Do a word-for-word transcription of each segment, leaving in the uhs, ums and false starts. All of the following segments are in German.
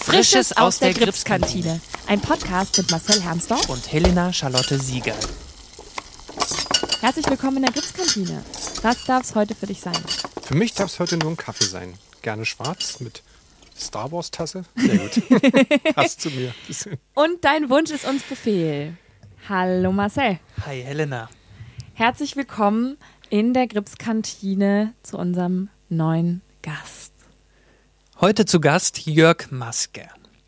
Frisches aus der Gripskantine. Ein Podcast mit Marcel Hermsdorf und Helena Charlotte Sieger. Herzlich willkommen in der Gripskantine. Was darf es heute für dich sein? Für mich darf es heute nur ein Kaffee sein. Gerne schwarz mit Star Wars Tasse. Sehr gut. Passt zu mir. Und dein Wunsch ist uns Befehl. Hallo Marcel. Hi Helena. Herzlich willkommen in der Gripskantine zu unserem neuen Gast. Heute zu Gast Jörg Maske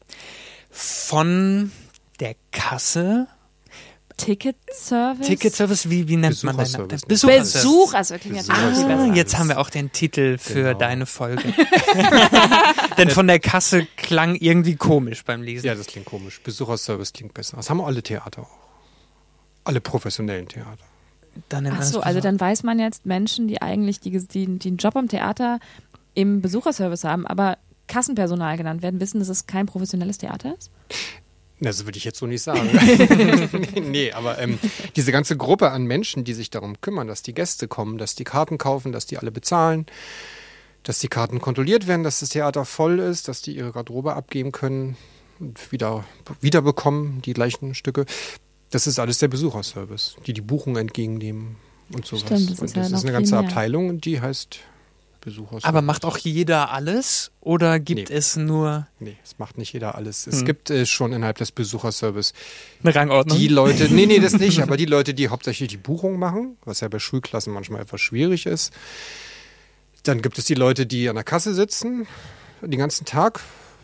von der Kasse. Ticketservice? Ticketservice, wie, wie nennt man das? Besucherservice. Besuch, also klingt jetzt ah, jetzt haben wir auch den Titel für genau. deine Folge. Denn von der Kasse klang irgendwie komisch beim Lesen. Ja, das klingt komisch. Besucherservice klingt besser. Das haben alle Theater auch. Alle professionellen Theater. Ach so, also dann weiß man jetzt, Menschen, die eigentlich die, die, die einen Job am Theater im Besucherservice haben, aber Kassenpersonal genannt werden, wissen, dass es kein professionelles Theater ist? Das würde ich jetzt so nicht sagen. nee, aber ähm, diese ganze Gruppe an Menschen, die sich darum kümmern, dass die Gäste kommen, dass die Karten kaufen, dass die alle bezahlen, dass die Karten kontrolliert werden, dass das Theater voll ist, dass die ihre Garderobe abgeben können und wieder, wieder bekommen, die gleichen Stücke. Das ist alles der Besucherservice, die die Buchung entgegennehmen und sowas. Stimmt, das ist, und ja das noch ist eine ganze mehr. Abteilung und die heißt Besucherservice. Aber macht auch jeder alles oder gibt nee. es nur... Nee, es macht nicht jeder alles. Es hm. gibt äh, schon innerhalb des Besucherservice eine Rangordnung? Die Leute, nee, nee, das nicht, aber die Leute, die hauptsächlich die Buchung machen, was ja bei Schulklassen manchmal etwas schwierig ist. Dann gibt es die Leute, die an der Kasse sitzen, den ganzen Tag,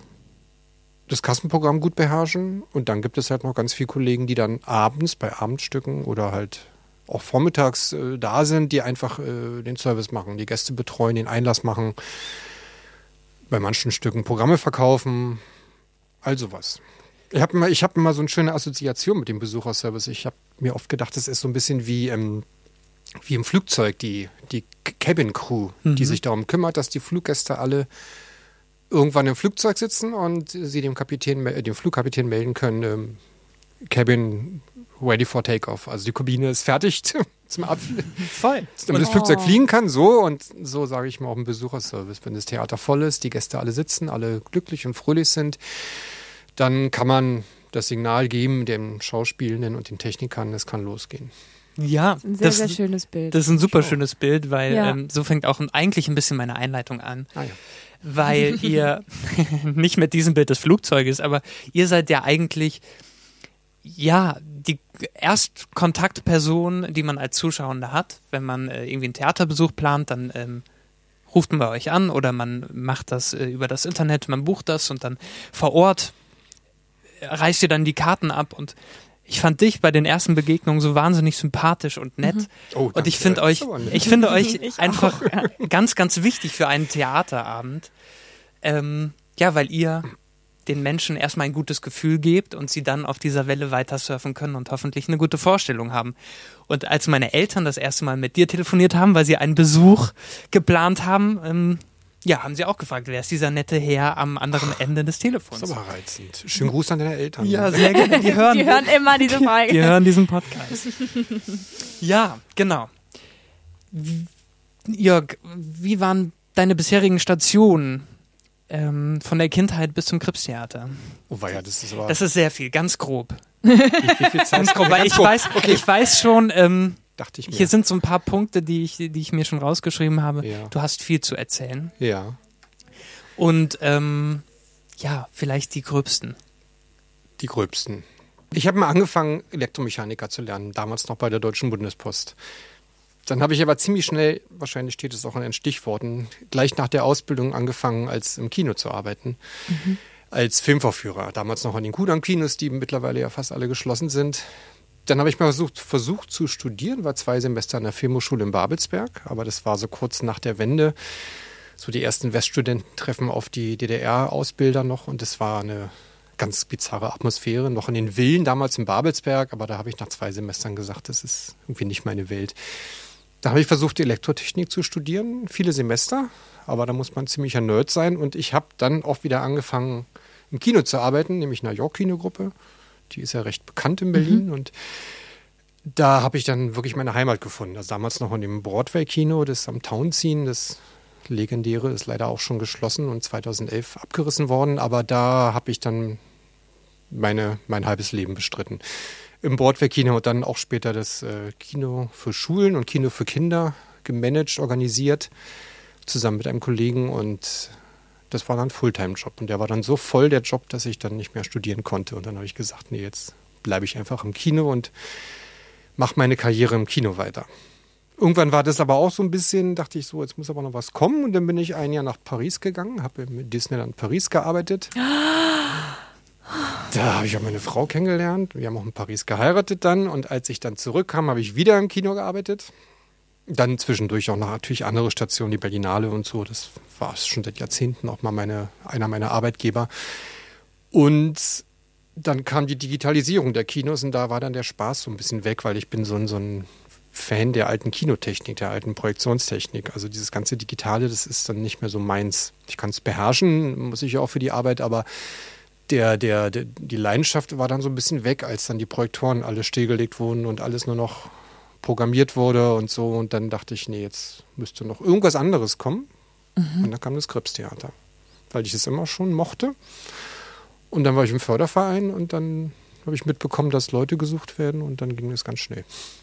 das Kassenprogramm gut beherrschen. Und dann gibt es halt noch ganz viele Kollegen, die dann abends bei Abendstücken oder halt auch vormittags äh, da sind, die einfach äh, den Service machen, die Gäste betreuen, den Einlass machen, bei manchen Stücken Programme verkaufen, all sowas. Ich habe mal, ich hab mal so eine schöne Assoziation mit dem Besucherservice. Ich habe mir oft gedacht, das ist so ein bisschen wie, ähm, wie im Flugzeug, die, die Cabin Crew, mhm. die sich darum kümmert, dass die Fluggäste alle irgendwann im Flugzeug sitzen und sie dem Kapitän, dem Flugkapitän melden können, ähm, Cabin ready for takeoff. Also die Kabine ist fertig zum Abfliegen. Voll. Damit das Flugzeug fliegen kann, so und so sage ich mal auch im Besucherservice. Wenn das Theater voll ist, die Gäste alle sitzen, alle glücklich und fröhlich sind, dann kann man das Signal geben den Schauspielenden und den Technikern, es kann losgehen. Ja, das ist ein sehr, das, sehr schönes Bild. Das ist ein super schönes Bild, weil ja. ähm, so fängt auch eigentlich ein bisschen meine Einleitung an. Ah, ja. Weil ihr nicht mit diesem Bild des Flugzeuges, aber ihr seid ja eigentlich ja die Erstkontaktperson, die man als Zuschauer hat. Wenn man äh, irgendwie einen Theaterbesuch plant, dann ähm, ruft man bei euch an oder man macht das äh, über das Internet, man bucht das und dann vor Ort reißt ihr dann die Karten ab. Und ich fand dich bei den ersten Begegnungen so wahnsinnig sympathisch und nett. Mhm. Oh, und ich finde euch, ich finde euch ich einfach auch. ganz, ganz wichtig für einen Theaterabend. Ähm, ja, weil ihr den Menschen erstmal ein gutes Gefühl gebt und sie dann auf dieser Welle weiter surfen können und hoffentlich eine gute Vorstellung haben. Und als meine Eltern das erste Mal mit dir telefoniert haben, weil sie einen Besuch geplant haben, ähm, ja, haben sie auch gefragt, wer ist dieser nette Herr am anderen Ende des Telefons? Das ist aber reizend. Schönen Gruß an deine Eltern. Ja, sehr gerne. Die hören, die hören immer diese Folge. Die hören diesen Podcast. Ja, genau. Wie, Jörg, wie waren deine bisherigen Stationen ähm, von der Kindheit bis zum Kripstheater? Oh weia, das ist aber... Das ist sehr viel, ganz grob. Wie, wie viel Zeit? Ganz grob, weil ich weiß, okay. ich weiß schon... Ähm, Dachte ich mir. Hier sind so ein paar Punkte, die ich, die ich mir schon rausgeschrieben habe. Ja. Du hast viel zu erzählen. Ja. Und ähm, ja, vielleicht die gröbsten. Die gröbsten. Ich habe mal angefangen, Elektromechaniker zu lernen, damals noch bei der Deutschen Bundespost. Dann habe ich aber ziemlich schnell, wahrscheinlich steht es auch in den Stichworten, gleich nach der Ausbildung angefangen, als im Kino zu arbeiten. Mhm. Als Filmvorführer. Damals noch an den Kudamm-Kinos, die mittlerweile ja fast alle geschlossen sind. Dann habe ich mal versucht, versucht zu studieren, war zwei Semester an der Filmhochschule in Babelsberg, aber das war so kurz nach der Wende, so die ersten Weststudenten treffen auf die D D R-Ausbilder noch und es war eine ganz bizarre Atmosphäre, noch in den Villen, damals in Babelsberg, aber da habe ich nach zwei Semestern gesagt, das ist irgendwie nicht meine Welt. Da habe ich versucht, Elektrotechnik zu studieren, viele Semester, aber da muss man ziemlicher Nerd sein und ich habe dann auch wieder angefangen, im Kino zu arbeiten, nämlich in einer York-Kinogruppe. Die ist ja recht bekannt in Berlin mhm. und da habe ich dann wirklich meine Heimat gefunden. Also damals noch in dem Broadway-Kino, das am Townsien, das legendäre, ist leider auch schon geschlossen und zweitausendelf abgerissen worden, aber da habe ich dann meine, mein halbes Leben bestritten. Im Broadway-Kino und dann auch später das äh, Kino für Schulen und Kino für Kinder gemanagt, organisiert, zusammen mit einem Kollegen, und das war dann ein Fulltime-Job und der war dann so voll, der Job, dass ich dann nicht mehr studieren konnte, und dann habe ich gesagt, nee, jetzt bleibe ich einfach im Kino und mache meine Karriere im Kino weiter. Irgendwann war das aber auch so ein bisschen, dachte ich so, jetzt muss aber noch was kommen, und dann bin ich ein Jahr nach Paris gegangen, habe mit Disneyland Paris gearbeitet. Da habe ich auch meine Frau kennengelernt, wir haben auch in Paris geheiratet dann, und als ich dann zurückkam, habe ich wieder im Kino gearbeitet. Dann zwischendurch auch noch natürlich andere Stationen, die Berlinale und so, das war schon seit Jahrzehnten auch mal meine, einer meiner Arbeitgeber. Und dann kam die Digitalisierung der Kinos und da war dann der Spaß so ein bisschen weg, weil ich bin so ein, so ein Fan der alten Kinotechnik, der alten Projektionstechnik. Also dieses ganze Digitale, das ist dann nicht mehr so meins. Ich kann es beherrschen, muss ich ja auch für die Arbeit, aber der, der, der, die Leidenschaft war dann so ein bisschen weg, als dann die Projektoren alle stillgelegt wurden und alles nur noch programmiert wurde und so. Und dann dachte ich, nee, jetzt müsste noch irgendwas anderes kommen. Mhm. Und dann kam das Krips-Theater, weil ich es immer schon mochte. Und dann war ich im Förderverein und dann habe ich mitbekommen, dass Leute gesucht werden, und dann ging es ganz schnell.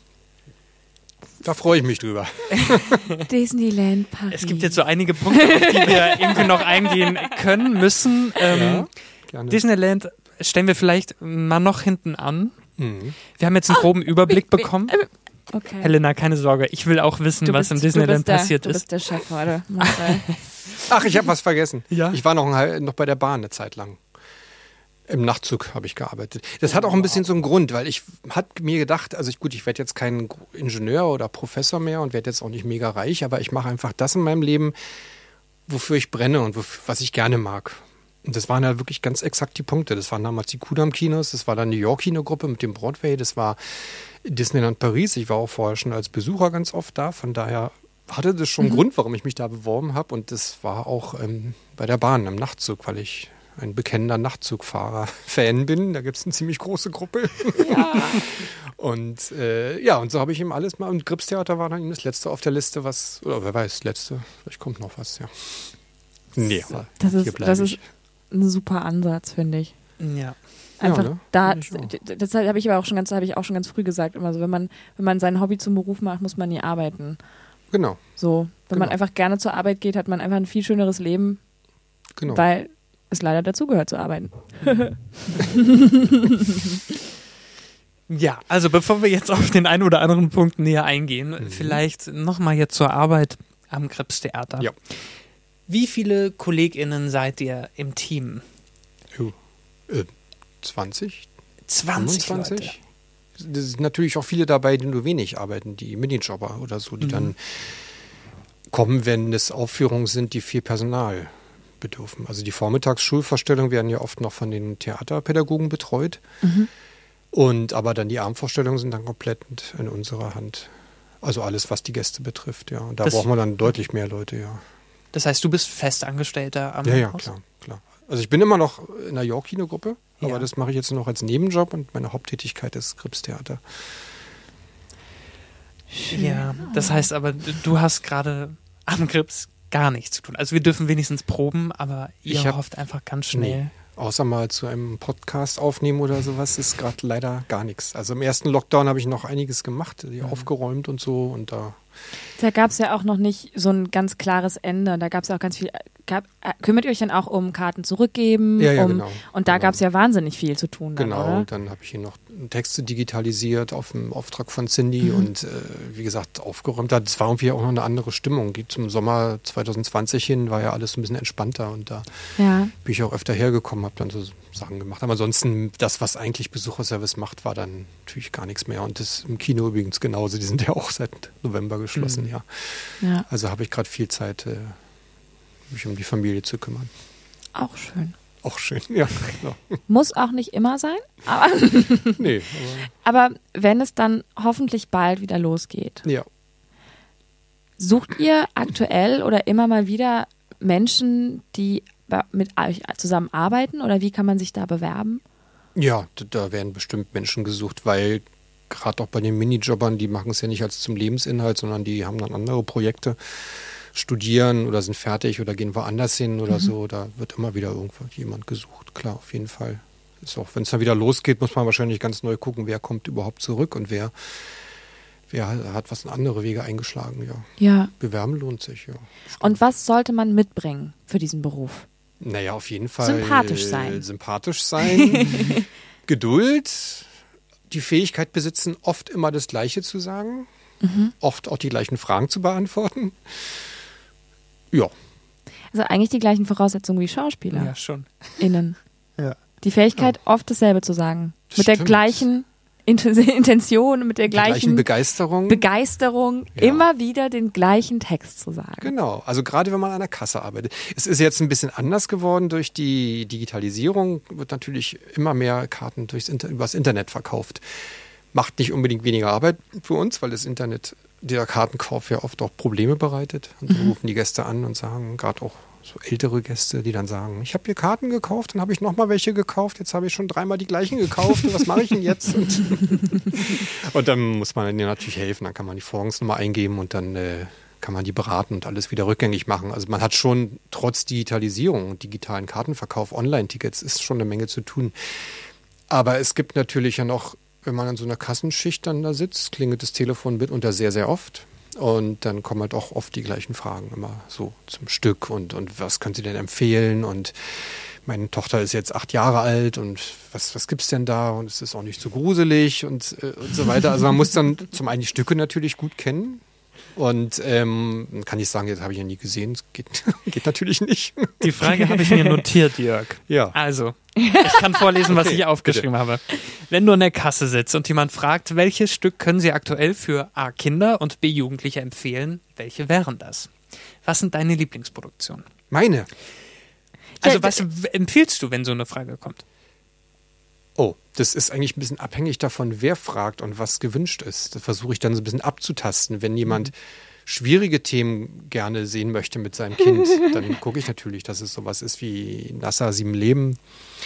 Da freue ich mich drüber. Disneyland Paris. Es gibt jetzt so einige Punkte, auf die wir irgendwie noch eingehen können, müssen. Ähm, ja, gerne. Disneyland stellen wir vielleicht mal noch hinten an. Mhm. Wir haben jetzt einen groben oh, Überblick wie, wie, bekommen. Äh, okay. Helena, keine Sorge, ich will auch wissen, du was bist, im Disneyland der, passiert du ist. Du bist der Chef heute. Ach, ich habe was vergessen. Ja? Ich war noch, ein, noch bei der Bahn eine Zeit lang. Im Nachtzug habe ich gearbeitet. Das hat auch ein bisschen so einen Grund, weil ich habe mir gedacht, also ich, gut, ich werde jetzt kein Ingenieur oder Professor mehr und werde jetzt auch nicht mega reich, aber ich mache einfach das in meinem Leben, wofür ich brenne und wofür, was ich gerne mag. Und das waren ja wirklich ganz exakt die Punkte. Das waren damals die Kudam-Kinos, das war dann New York-Kinogruppe mit dem Broadway, das war Disneyland Paris. Ich war auch vorher schon als Besucher ganz oft da, von daher hatte das schon einen mhm. Grund, warum ich mich da beworben habe, und das war auch ähm, bei der Bahn im Nachtzug, weil ich ein bekennender Nachtzugfahrer-Fan bin. Da gibt es eine ziemlich große Gruppe. Ja. Und äh, ja, und so habe ich ihm alles mal. Und Krips-Theater war dann eben das letzte auf der Liste, was, oder wer weiß, letzte, vielleicht kommt noch was, ja. Nee, aber das hier ist, bleibe das ich. ist ein super Ansatz, finde ich. Ja. Einfach ja, ne? da, das habe ich aber auch schon ganz, habe ich auch schon ganz früh gesagt, immer so, wenn man, wenn man sein Hobby zum Beruf macht, muss man nie arbeiten. Genau. So, wenn genau. man einfach gerne zur Arbeit geht, hat man einfach ein viel schöneres Leben, genau. weil es leider dazugehört zu arbeiten. Ja, also bevor wir jetzt auf den einen oder anderen Punkt näher eingehen, mhm. vielleicht nochmal jetzt zur Arbeit am Krips-Theater. Ja. Wie viele KollegInnen seid ihr im Team? Oh, äh, zwanzig? zwanzig fünfundzwanzig? Leute. Es sind natürlich auch viele dabei, die nur wenig arbeiten, die Minijobber oder so, die mhm. dann kommen, wenn es Aufführungen sind, die viel Personal bedürfen. Also die Vormittagsschulvorstellungen werden ja oft noch von den Theaterpädagogen betreut. Mhm. Und aber dann die Abendvorstellungen sind dann komplett in unserer Hand. Also alles, was die Gäste betrifft, ja. Und da das braucht man dann deutlich mehr Leute, ja. Das heißt, du bist Festangestellter am Ja, ja, Haus? klar, klar. Also ich bin immer noch in der York-Kinogruppe, ja. aber das mache ich jetzt noch als Nebenjob und meine Haupttätigkeit ist Krips-Theater. Ja, das heißt aber, du hast gerade am Krips gar nichts zu tun. Also wir dürfen wenigstens proben, aber ihr ich hab, hofft einfach ganz schnell. Nee, außer mal zu einem Podcast aufnehmen oder sowas, ist gerade leider gar nichts. Also im ersten Lockdown habe ich noch einiges gemacht, die mhm. aufgeräumt und so, und da Da gab es ja auch noch nicht so ein ganz klares Ende. Da gab es ja auch ganz viel. Gab, kümmert ihr euch dann auch um Karten zurückgeben? Ja, ja, um, genau. Und da genau. gab es ja wahnsinnig viel zu tun. Dann, genau, oder? Und dann habe ich hier noch Texte digitalisiert auf dem Auftrag von Cindy mhm. und äh, wie gesagt aufgeräumt. Das war irgendwie auch noch eine andere Stimmung. Zum Sommer zwanzig zwanzig hin war ja alles ein bisschen entspannter und da ja. bin ich auch öfter hergekommen, habe dann so Sachen gemacht. Aber ansonsten, das, was eigentlich Besucherservice macht, war dann natürlich gar nichts mehr. Und das im Kino übrigens genauso. Die sind ja auch seit November geschlossen, mhm. ja. ja. Also habe ich gerade viel Zeit, äh, mich um die Familie zu kümmern. Auch schön. Auch schön, ja. Genau. Muss auch nicht immer sein, aber, nee, aber. aber wenn es dann hoffentlich bald wieder losgeht, ja. sucht ihr aktuell oder immer mal wieder Menschen, die mit euch zusammenarbeiten, oder wie kann man sich da bewerben? Ja, da werden bestimmt Menschen gesucht, weil gerade auch bei den Minijobbern, die machen es ja nicht als zum Lebensinhalt, sondern die haben dann andere Projekte. studieren oder sind fertig oder gehen woanders hin oder mhm. so. Da wird immer wieder irgendwo jemand gesucht. Klar, auf jeden Fall. Ist auch, wenn es dann wieder losgeht, muss man wahrscheinlich ganz neu gucken, wer kommt überhaupt zurück und wer, wer hat was andere Wege eingeschlagen. Ja. ja. Bewerben lohnt sich, ja. Stimmt. Und was sollte man mitbringen für diesen Beruf? Naja, auf jeden Fall. Sympathisch sein. Sympathisch sein. Geduld. Die Fähigkeit besitzen, oft immer das Gleiche zu sagen. Mhm. Oft auch die gleichen Fragen zu beantworten. Ja. Also eigentlich die gleichen Voraussetzungen wie Schauspieler. Ja, schon. Innen. Ja. Die Fähigkeit, ja. oft dasselbe zu sagen. Das mit stimmt. der gleichen Intention, mit der gleichen, gleichen Begeisterung. Begeisterung, ja. immer wieder den gleichen Text zu sagen. Genau, also gerade wenn man an der Kasse arbeitet. Es ist jetzt ein bisschen anders geworden durch die Digitalisierung, wird natürlich immer mehr Karten durchs Inter- übers Internet verkauft. Macht nicht unbedingt weniger Arbeit für uns, weil das Internet, der Kartenkauf ja oft auch Probleme bereitet. Und dann mhm. rufen die Gäste an und sagen, gerade auch so ältere Gäste, die dann sagen, ich habe hier Karten gekauft, dann habe ich nochmal welche gekauft, jetzt habe ich schon dreimal die gleichen gekauft, was mache ich denn jetzt? Und, und dann muss man denen natürlich helfen, dann kann man die Vorgangsnummer eingeben und dann äh, kann man die beraten und alles wieder rückgängig machen. Also man hat schon trotz Digitalisierung und digitalen Kartenverkauf, Online-Tickets, ist schon eine Menge zu tun. Aber es gibt natürlich ja noch, wenn man an so einer Kassenschicht dann da sitzt, klingelt das Telefon mitunter sehr, sehr oft. Und dann kommen halt auch oft die gleichen Fragen immer so zum Stück und, und was können Sie denn empfehlen? Und meine Tochter ist jetzt acht Jahre alt und was, was gibt's denn da? Und es ist auch nicht so gruselig und, äh, und so weiter. Also man muss dann zum einen die Stücke natürlich gut kennen. Und ähm, kann ich sagen, jetzt habe ich ja nie gesehen, das geht, geht natürlich nicht. Die Frage habe ich mir notiert, Jörg. Ja. Also, ich kann vorlesen, was okay, ich aufgeschrieben bitte. habe. Wenn du an der Kasse sitzt und jemand fragt, welches Stück können Sie aktuell für A. Kinder und B. Jugendliche empfehlen, welche wären das? Was sind deine Lieblingsproduktionen? Meine? Also, was empfiehlst du, wenn so eine Frage kommt? Oh, das ist eigentlich ein bisschen abhängig davon, wer fragt und was gewünscht ist. Das versuche ich dann so ein bisschen abzutasten. Wenn jemand schwierige Themen gerne sehen möchte mit seinem Kind, dann gucke ich natürlich, dass es sowas ist wie Nasser, Sieben Leben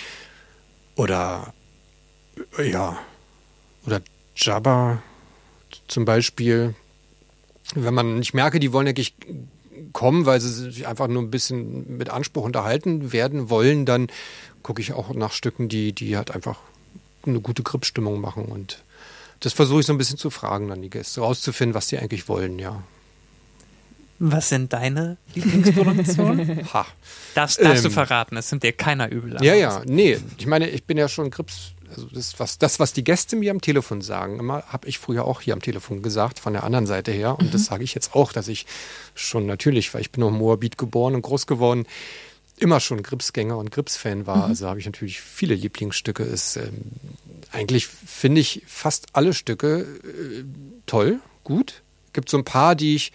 oder ja, oder Jabba zum Beispiel. Wenn man, ich merke, die wollen eigentlich kommen, weil sie sich einfach nur ein bisschen mit Anspruch unterhalten werden wollen, dann gucke ich auch nach Stücken, die, die halt einfach eine gute Gripsstimmung machen. Und das versuche ich so ein bisschen zu fragen, dann die Gäste, rauszufinden, was die eigentlich wollen, ja. Was sind deine Lieblingsproduktionen? Ha. Darfst, darfst ähm, du verraten, es nimmt dir keiner übel an. Ja, ja, nee. Ich meine, ich bin ja schon Grips, also das, was, das, was die Gäste mir am Telefon sagen, immer habe ich früher auch hier am Telefon gesagt, von der anderen Seite her. Und mhm. das sage ich jetzt auch, dass ich schon natürlich, weil ich bin auch im Moabit geboren und groß geworden, immer schon Gripsgänger und Grips-Fan war. Mhm. Also habe ich natürlich viele Lieblingsstücke. Ist, ähm, eigentlich finde ich fast alle Stücke äh, toll, gut. Gibt so ein paar, die ich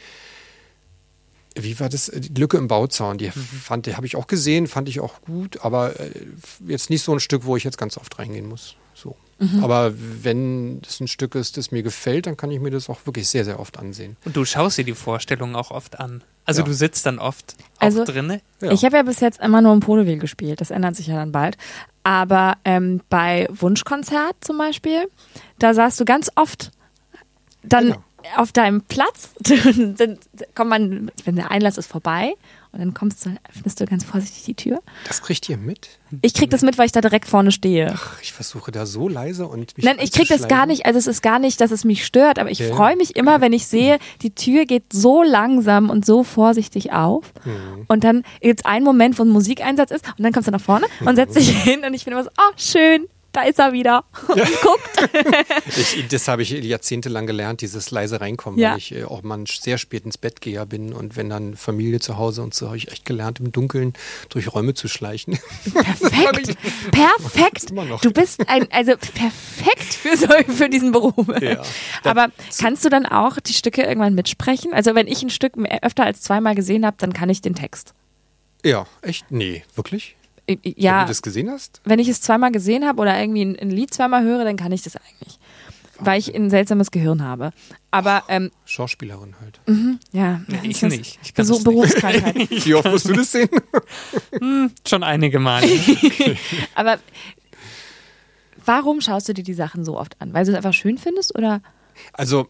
Wie war das? Die Lücke im Bauzaun, die fand, die habe ich auch gesehen, fand ich auch gut, aber äh, jetzt nicht so ein Stück, wo ich jetzt ganz oft reingehen muss. So. Mhm. Aber wenn das ein Stück ist, das mir gefällt, dann kann ich mir das auch wirklich sehr, sehr oft ansehen. Und du schaust dir die Vorstellungen auch oft an. Also ja. du sitzt dann oft auch also, drinne. Ja. Ich habe ja bis jetzt immer nur im Podeville gespielt, das ändert sich ja dann bald. Aber ähm, bei Wunschkonzert zum Beispiel, da saßt du ganz oft dann genau. auf deinem Platz, dann kommt man, wenn der Einlass ist vorbei und dann kommst du, öffnest du ganz vorsichtig die Tür. Das kriegt ihr mit? Ich krieg das mit, weil ich da direkt vorne stehe. Ach, ich versuche da so leise und mich Nein, ich krieg das gar nicht, also es ist gar nicht, dass es mich stört, aber ich ja. freue mich immer, wenn ich sehe, die Tür geht so langsam und so vorsichtig auf mhm. und dann gibt es einen Moment, wo ein Musikeinsatz ist und dann kommst du nach vorne und setzt dich hin und ich bin immer so, oh schön, da ist er wieder und ja. guckt. ich, das habe ich jahrzehntelang gelernt, dieses leise reinkommen, ja. weil ich äh, auch mal sehr spät ins Bett gehe bin und wenn dann Familie zu Hause und so, habe ich echt gelernt, im Dunkeln durch Räume zu schleichen. Perfekt, perfekt. Du bist ein, also perfekt für, so, für diesen Beruf. Ja. Aber kannst du dann auch die Stücke irgendwann mitsprechen? Also wenn ich ein Stück öfter als zweimal gesehen habe, dann kann ich den Text. Ja, echt? Nee, wirklich? Ja, wenn du das gesehen hast? Wenn ich es zweimal gesehen habe oder irgendwie ein, ein Lied zweimal höre, dann kann ich das eigentlich. Wahnsinn. Weil ich ein seltsames Gehirn habe. Aber ähm, Schauspielerin halt. Mhm, ja. Ich nicht. Ich kann so Berufskrankheit. Wie oft musst du das sehen? hm, schon einige Male. Aber warum schaust du dir die Sachen so oft an? Weil du es einfach schön findest oder? Also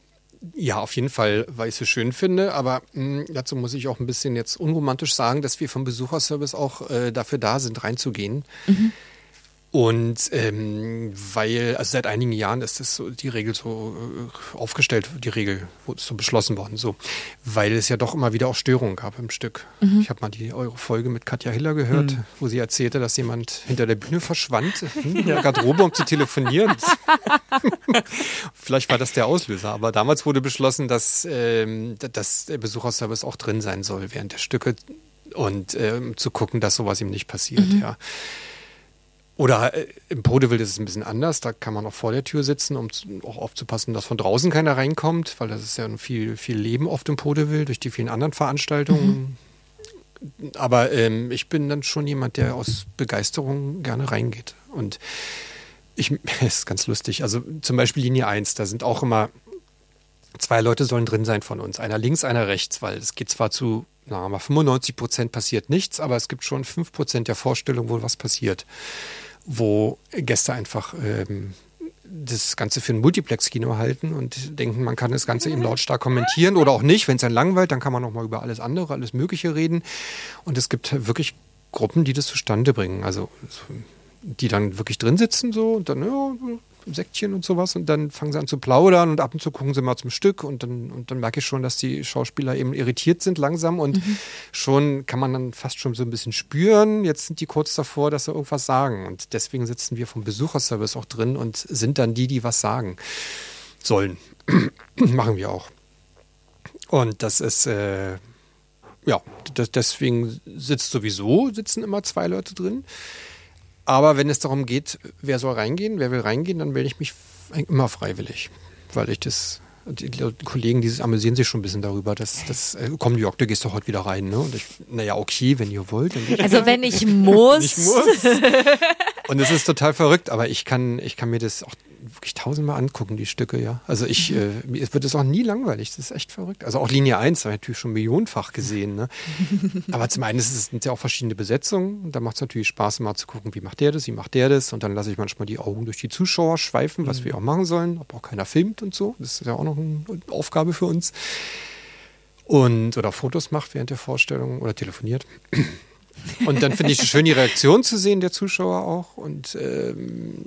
Ja, auf jeden Fall, weil ich es so schön finde. Aber mh, dazu muss ich auch ein bisschen jetzt unromantisch sagen, dass wir vom Besucherservice auch äh, dafür da sind, reinzugehen. Mhm. Und ähm, weil, also seit einigen Jahren ist das so die Regel so äh, aufgestellt, die Regel wurde so beschlossen worden, so, weil es ja doch immer wieder auch Störungen gab im Stück. Mhm. Ich habe mal die eure Folge mit Katja Hiller gehört, mhm. wo sie erzählte, dass jemand hinter der Bühne verschwand, in der Garderobe, um zu telefonieren. Vielleicht war das der Auslöser, aber damals wurde beschlossen, dass, ähm, dass der Besucherservice auch drin sein soll während der Stücke und ähm, zu gucken, dass sowas ihm nicht passiert, mhm. ja. Oder äh, im Podewild ist es ein bisschen anders. Da kann man auch vor der Tür sitzen, um zu, auch aufzupassen, dass von draußen keiner reinkommt, weil das ist ja viel, viel Leben oft im Podewild durch die vielen anderen Veranstaltungen. Mhm. Aber ähm, ich bin dann schon jemand, der aus Begeisterung gerne reingeht. Und ich, es ist ganz lustig. Also zum Beispiel Linie eins, da sind auch immer zwei Leute sollen drin sein von uns. Einer links, einer rechts, weil es geht zwar zu na, aber fünfundneunzig Prozent passiert nichts, aber es gibt schon fünf Prozent der Vorstellung, wo was passiert, wo Gäste einfach ähm, das Ganze für ein Multiplex-Kino halten und denken, man kann das Ganze eben lautstark kommentieren oder auch nicht. Wenn es einen langweilt, dann kann man auch mal über alles andere, alles Mögliche reden. Und es gibt wirklich Gruppen, die das zustande bringen, also die dann wirklich drin sitzen so und dann, ja, Säckchen und sowas und dann fangen sie an zu plaudern und ab und zu gucken sie mal zum Stück und dann, und dann merke ich schon, dass die Schauspieler eben irritiert sind langsam und mhm. schon kann man dann fast schon so ein bisschen spüren, jetzt sind die kurz davor, dass sie irgendwas sagen und deswegen sitzen wir vom Besucherservice auch drin und sind dann die, die was sagen sollen. Machen wir auch. Und das ist, äh, ja, das, deswegen sitzt sowieso, sitzen immer zwei Leute drin. Aber wenn es darum geht, wer soll reingehen, wer will reingehen, dann melde ich mich immer freiwillig. Weil ich das, die, die Kollegen, die amüsieren sich schon ein bisschen darüber, dass, dass äh, komm, Jörg, du gehst doch heute wieder rein. Ne? Und ich, naja, okay, wenn ihr wollt. Dann also wenn ich muss. ich muss. Und es ist total verrückt, aber ich kann, ich kann mir das auch wirklich tausendmal angucken, die Stücke, ja. Also ich, mhm. äh, mir wird es auch nie langweilig, das ist echt verrückt. Also auch Linie eins habe ich natürlich schon millionenfach gesehen, ne? Aber zum einen ist es, sind ja auch verschiedene Besetzungen und da macht es natürlich Spaß, mal zu gucken, wie macht der das, wie macht der das und dann lasse ich manchmal die Augen durch die Zuschauer schweifen, was mhm. wir auch machen sollen, ob auch keiner filmt und so. Das ist ja auch noch eine Aufgabe für uns. Und, oder Fotos macht während der Vorstellung oder telefoniert. Und dann finde ich es schön, die Reaktion zu sehen der Zuschauer auch und ähm,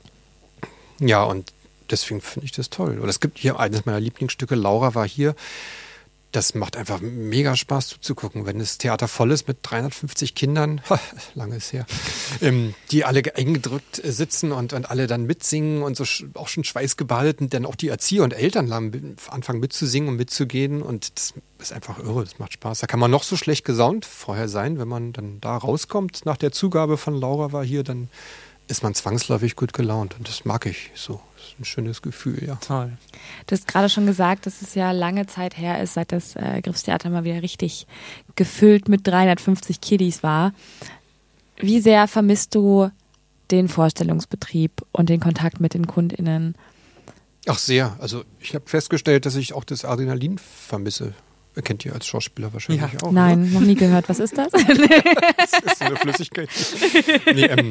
ja, und deswegen finde ich das toll. Und es gibt hier eines meiner Lieblingsstücke, Laura war hier. Das macht einfach mega Spaß zuzugucken, wenn das Theater voll ist mit dreihundertfünfzig Kindern, lange ist her, ähm, die alle eng gedrückt sitzen und, und alle dann mitsingen und so auch schon schweißgebadet und dann auch die Erzieher und Eltern anfangen mitzusingen und mitzugehen und das ist einfach irre, das macht Spaß. Da kann man noch so schlecht gesaunt vorher sein, wenn man dann da rauskommt nach der Zugabe von Laura war hier, dann ist man zwangsläufig gut gelaunt und das mag ich so. Das ist ein schönes Gefühl, ja. Toll. Du hast gerade schon gesagt, dass es ja lange Zeit her ist, seit das äh, Griffstheater mal wieder richtig gefüllt mit dreihundertfünfzig Kiddies war. Wie sehr vermisst du den Vorstellungsbetrieb und den Kontakt mit den KundInnen? Ach sehr. Also ich habe festgestellt, dass ich auch das Adrenalin vermisse. Kennt ihr als Schauspieler wahrscheinlich ja. auch. Nein, ne? noch nie gehört. Was ist das? Das ist so eine Flüssigkeit. Nee, ähm,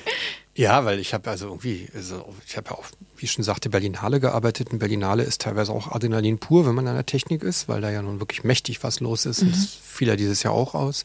ja, weil ich habe also irgendwie, also ich habe ja auch, wie ich schon sagte, Berlinale gearbeitet. Und Berlinale ist teilweise auch Adrenalin pur, wenn man an der Technik ist, weil da ja nun wirklich mächtig was los ist. Mhm. Und das fiel ja dieses Jahr auch aus.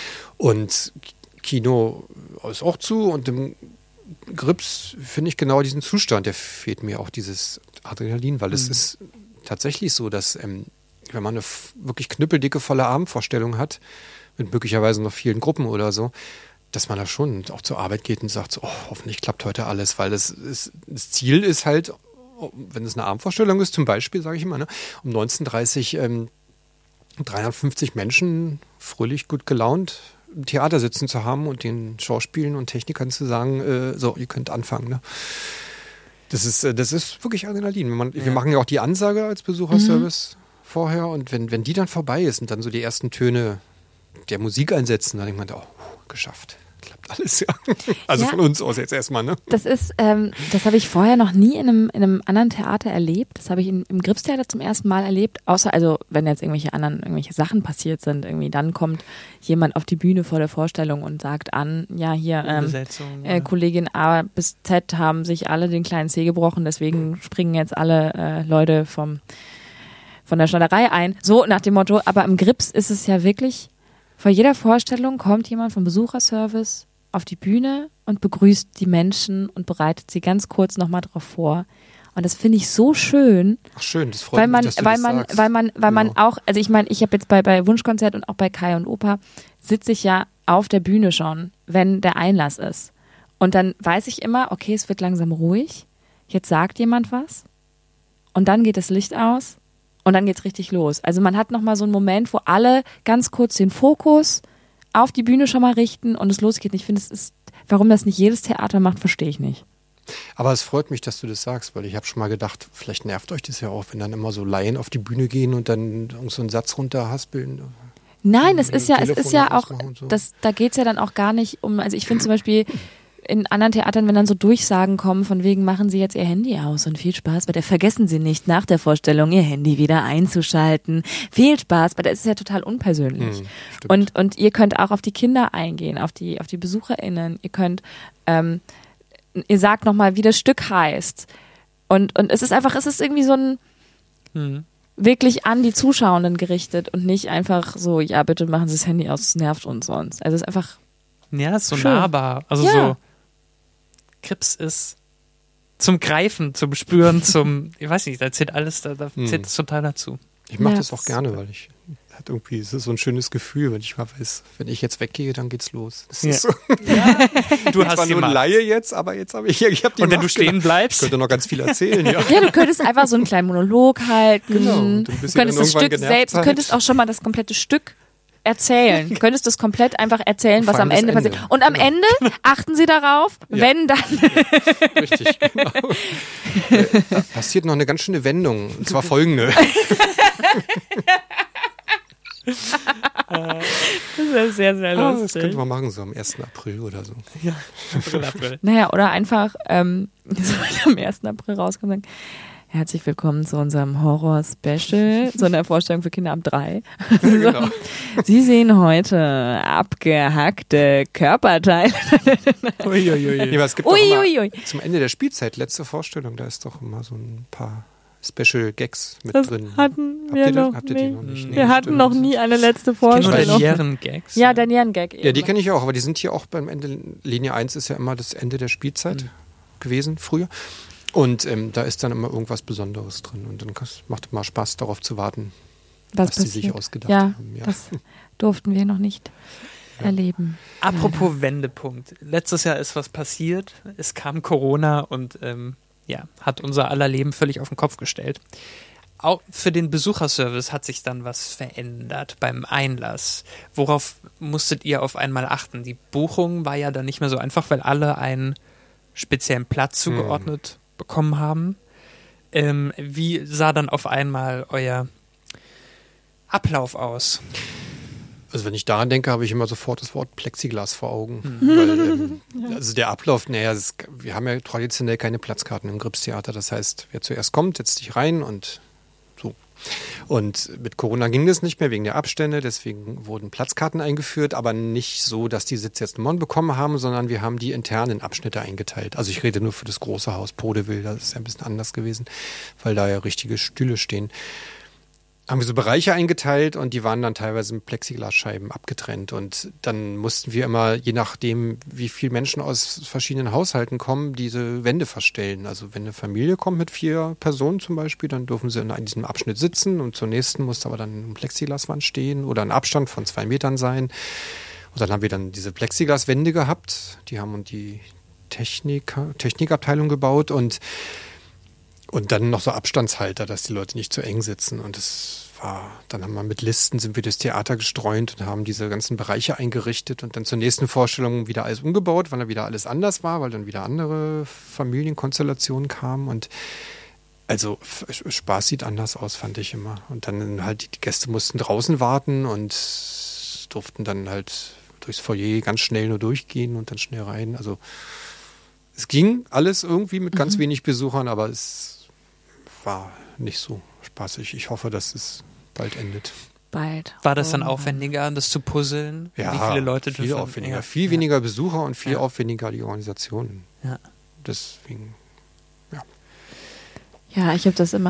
Und Kino ist auch zu und im Grips finde ich genau diesen Zustand, der fehlt mir auch, dieses Adrenalin, weil mhm. es ist tatsächlich so, dass ähm, wenn man eine wirklich knüppeldicke, volle Abendvorstellung hat, mit möglicherweise noch vielen Gruppen oder so, dass man da schon auch zur Arbeit geht und sagt, so, oh, hoffentlich klappt heute alles, weil das, ist, das Ziel ist halt, wenn es eine Abendvorstellung ist, zum Beispiel, sage ich immer, ne, um neunzehn Uhr dreißig ähm, dreihundertfünfzig Menschen fröhlich, gut gelaunt im Theater sitzen zu haben und den Schauspielern und Technikern zu sagen, äh, so, ihr könnt anfangen, ne? Das ist, das ist wirklich Adrenalin. Wenn man, ja. Wir machen ja auch die Ansage als Besucherservice mhm. vorher und wenn, wenn die dann vorbei ist und dann so die ersten Töne der Musik einsetzen, dann denkt man, oh, geschafft. Klappt alles, ja. Also ja, von uns aus jetzt erstmal, ne? Das ist, ähm, das habe ich vorher noch nie in einem, in einem anderen Theater erlebt. Das habe ich in, im Griffstheater zum ersten Mal erlebt. Außer, also, wenn jetzt irgendwelche anderen, irgendwelche Sachen passiert sind, irgendwie, dann kommt jemand auf die Bühne vor der Vorstellung und sagt an, ja, hier, ähm, äh, Kollegin A bis Z haben sich alle den kleinen Zeh gebrochen, deswegen springen jetzt alle äh, Leute vom von der Schneiderei ein. So nach dem Motto, aber im Grips ist es ja wirklich, vor jeder Vorstellung kommt jemand vom Besucherservice auf die Bühne und begrüßt die Menschen und bereitet sie ganz kurz nochmal drauf vor. Und das finde ich so schön. Ach schön, das freut weil man, mich, dass du weil das man, sagst. Weil man, weil man Genau. auch, also ich meine, ich habe jetzt bei, bei Wunschkonzert und auch bei Kai und Opa sitze ich ja auf der Bühne schon, wenn der Einlass ist. Und dann weiß ich immer, okay, es wird langsam ruhig. Jetzt sagt jemand was. Und dann geht das Licht aus. Und dann geht's richtig los. Also man hat nochmal so einen Moment, wo alle ganz kurz den Fokus auf die Bühne schon mal richten und es losgeht. Ich finde, es ist, warum das nicht jedes Theater macht, verstehe ich nicht. Aber es freut mich, dass du das sagst, weil ich habe schon mal gedacht, vielleicht nervt euch das ja auch, wenn dann immer so Laien auf die Bühne gehen und dann irgend so einen Satz runterhaspeln. Nein, es Mit ist dem ja, es Telefon ist ja auch, ausmachen und so. das, da geht's ja dann auch gar nicht um, also ich finde zum Beispiel in anderen Theatern, wenn dann so Durchsagen kommen, von wegen machen Sie jetzt Ihr Handy aus und viel Spaß, bei der vergessen Sie nicht nach der Vorstellung Ihr Handy wieder einzuschalten. Viel Spaß, weil das ist ja total unpersönlich. Hm, stimmt. und, und ihr könnt auch auf die Kinder eingehen, auf die, auf die BesucherInnen. Ihr könnt, ähm, ihr sagt nochmal, wie das Stück heißt. Und, und es ist einfach, es ist irgendwie so ein, Mhm. wirklich an die Zuschauenden gerichtet und nicht einfach so, ja, bitte machen Sie das Handy aus, es nervt uns sonst. Also es ist einfach, Ja, ist so Schön. nahbar. Also Ja. so, Grips ist zum Greifen, zum Spüren, zum, ich weiß nicht, da zählt alles, da, da Hm. zählt das total dazu. Ich mache Ja. das auch gerne, weil ich hat irgendwie, es ist so ein schönes Gefühl, wenn ich mal weiß, wenn ich jetzt weggehe, dann geht's los. Das Ja. ist so, Du zwar hast nur ein gemacht. Laie jetzt, aber jetzt habe ich, ich hab die Und wenn du Macht stehen genommen. Ich bleibst, könnte noch ganz viel erzählen, ja. ja, du könntest einfach so einen kleinen Monolog halten. Genau, und Du dann bist du könntest dann das Stück irgendwann genervt selbst, du halt. könntest auch schon mal das komplette Stück erzählen. Du könntest das komplett einfach erzählen, Vor was am allem das Ende Ende. passiert. Und am Genau. Ende achten Sie darauf, Ja. wenn dann Richtig, genau. Äh, Da passiert noch eine ganz schöne Wendung, und zwar folgende. das ist sehr, sehr Ah, das könnte man machen, so am ersten April oder so. ja, April, April. Naja, oder einfach ähm, so am ersten April rauskommen und sagen, herzlich willkommen zu unserem Horror-Special, so einer Vorstellung für Kinder ab drei. Genau. Sie sehen heute abgehackte Körperteile. Uiuiui. Ja, aber es gibt Ui, doch immer, ui, ui. zum Ende der Spielzeit, letzte Vorstellung, da ist doch immer so ein paar Special Gags mit Das drin. hatten Habt wir ihr das- noch habt ihr die nicht. noch nicht? Nee, Wir hatten stimmt. noch nie eine letzte Ich kenne nur Vorstellung. Danieren-Gags. Ja, Danieren-Gag eben. Ja, die kenne ich auch, aber die sind hier auch beim Ende. Linie eins ist ja immer das Ende der Spielzeit Mhm. gewesen, früher. Und ähm, da ist dann immer irgendwas Besonderes drin. Und dann kas- macht immer Spaß, darauf zu warten, was, sie sich ausgedacht ja, haben. Ja. das durften wir noch nicht erleben. Apropos Wendepunkt. Letztes Jahr ist was passiert. Es kam Corona und ähm, ja, hat unser aller Leben völlig auf den Kopf gestellt. Auch für den Besucherservice hat sich dann was verändert beim Einlass. Worauf musstet ihr auf einmal achten? Die Buchung war ja dann nicht mehr so einfach, weil alle einen speziellen Platz zugeordnet bekommen haben. Ähm, wie sah dann auf einmal euer Ablauf aus? Also wenn ich daran denke, habe ich immer sofort das Wort Plexiglas vor Augen. Weil, ähm, also der Ablauf, naja, das, wir haben ja traditionell keine Platzkarten im Gripstheater. Das heißt, wer zuerst kommt, setzt sich rein und so. Und mit Corona ging das nicht mehr wegen der Abstände, deswegen wurden Platzkarten eingeführt, aber nicht so, dass die Sitze jetzt Nummern bekommen haben, sondern wir haben die internen Abschnitte eingeteilt. Also ich rede nur für das große Haus Podeville, das ist ja ein bisschen anders gewesen, weil da ja richtige Stühle stehen. Haben wir so Bereiche eingeteilt und die waren dann teilweise mit Plexiglasscheiben abgetrennt. Und dann mussten wir immer, je nachdem, wie viele Menschen aus verschiedenen Haushalten kommen, diese Wände verstellen. Also wenn eine Familie kommt mit vier Personen zum Beispiel, dann dürfen sie in diesem Abschnitt sitzen und zur nächsten muss aber dann eine Plexiglaswand stehen oder ein Abstand von zwei Metern sein. Und dann haben wir dann diese Plexiglaswände gehabt. Die haben und die Technik, Technikabteilung gebaut und Und dann noch so Abstandshalter, dass die Leute nicht zu eng sitzen. Und das war, dann haben wir mit Listen, sind wir das Theater gestreunt und haben diese ganzen Bereiche eingerichtet und dann zur nächsten Vorstellung wieder alles umgebaut, weil dann wieder alles anders war, weil dann wieder andere Familienkonstellationen kamen. Und also Spaß sieht anders aus, fand ich immer. Und dann halt, die Gäste mussten draußen warten und durften dann halt durchs Foyer ganz schnell nur durchgehen und dann schnell rein. Also es ging alles irgendwie mit ganz Mhm. wenig Besuchern, aber es war nicht so spaßig. Ich hoffe, dass es bald endet. Bald. War das dann Oh. aufwendiger, das zu puzzeln? Ja, Wie viele Leute viel dürfen- aufwendiger. Ja. Viel Ja. weniger Besucher und viel Ja. aufwendiger die Organisation. Ja. Deswegen, Ja, ich habe das immer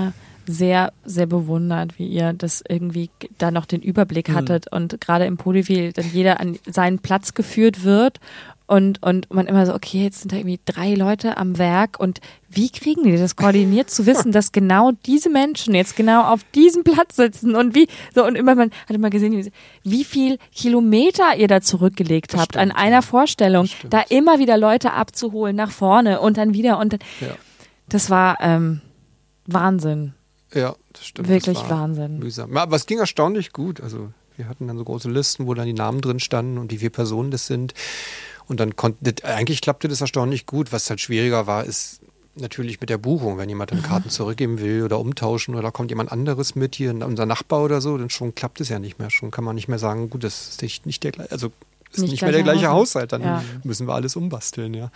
sehr, sehr bewundert, wie ihr das irgendwie da noch den Überblick hattet mhm. und gerade im Podevil dann jeder an seinen Platz geführt wird und, und man immer so, okay, jetzt sind da irgendwie drei Leute am Werk und wie kriegen die das koordiniert zu wissen, dass genau diese Menschen jetzt genau auf diesem Platz sitzen und wie, so und immer, man hat immer gesehen, wie viel Kilometer ihr da zurückgelegt das habt stimmt, an einer ja. Vorstellung, da immer wieder Leute abzuholen nach vorne und dann wieder und dann, ja. das war ähm, Wahnsinn. Ja, das stimmt. Wirklich das war Wahnsinn. Mühsam. Aber es ging erstaunlich gut. Also wir hatten dann so große Listen, wo dann die Namen drin standen und wie viele Personen das sind. Und dann konnte, eigentlich klappte das erstaunlich gut. Was halt schwieriger war, ist natürlich mit der Buchung. Wenn jemand dann Karten zurückgeben will oder umtauschen oder kommt jemand anderes mit, hier unser Nachbar oder so, dann schon klappt es ja nicht mehr. Schon kann man nicht mehr sagen, gut, das ist nicht, nicht der gleiche, also ist nicht, nicht mehr der gleiche Haushalt. Dann ja. müssen wir alles umbasteln, ja.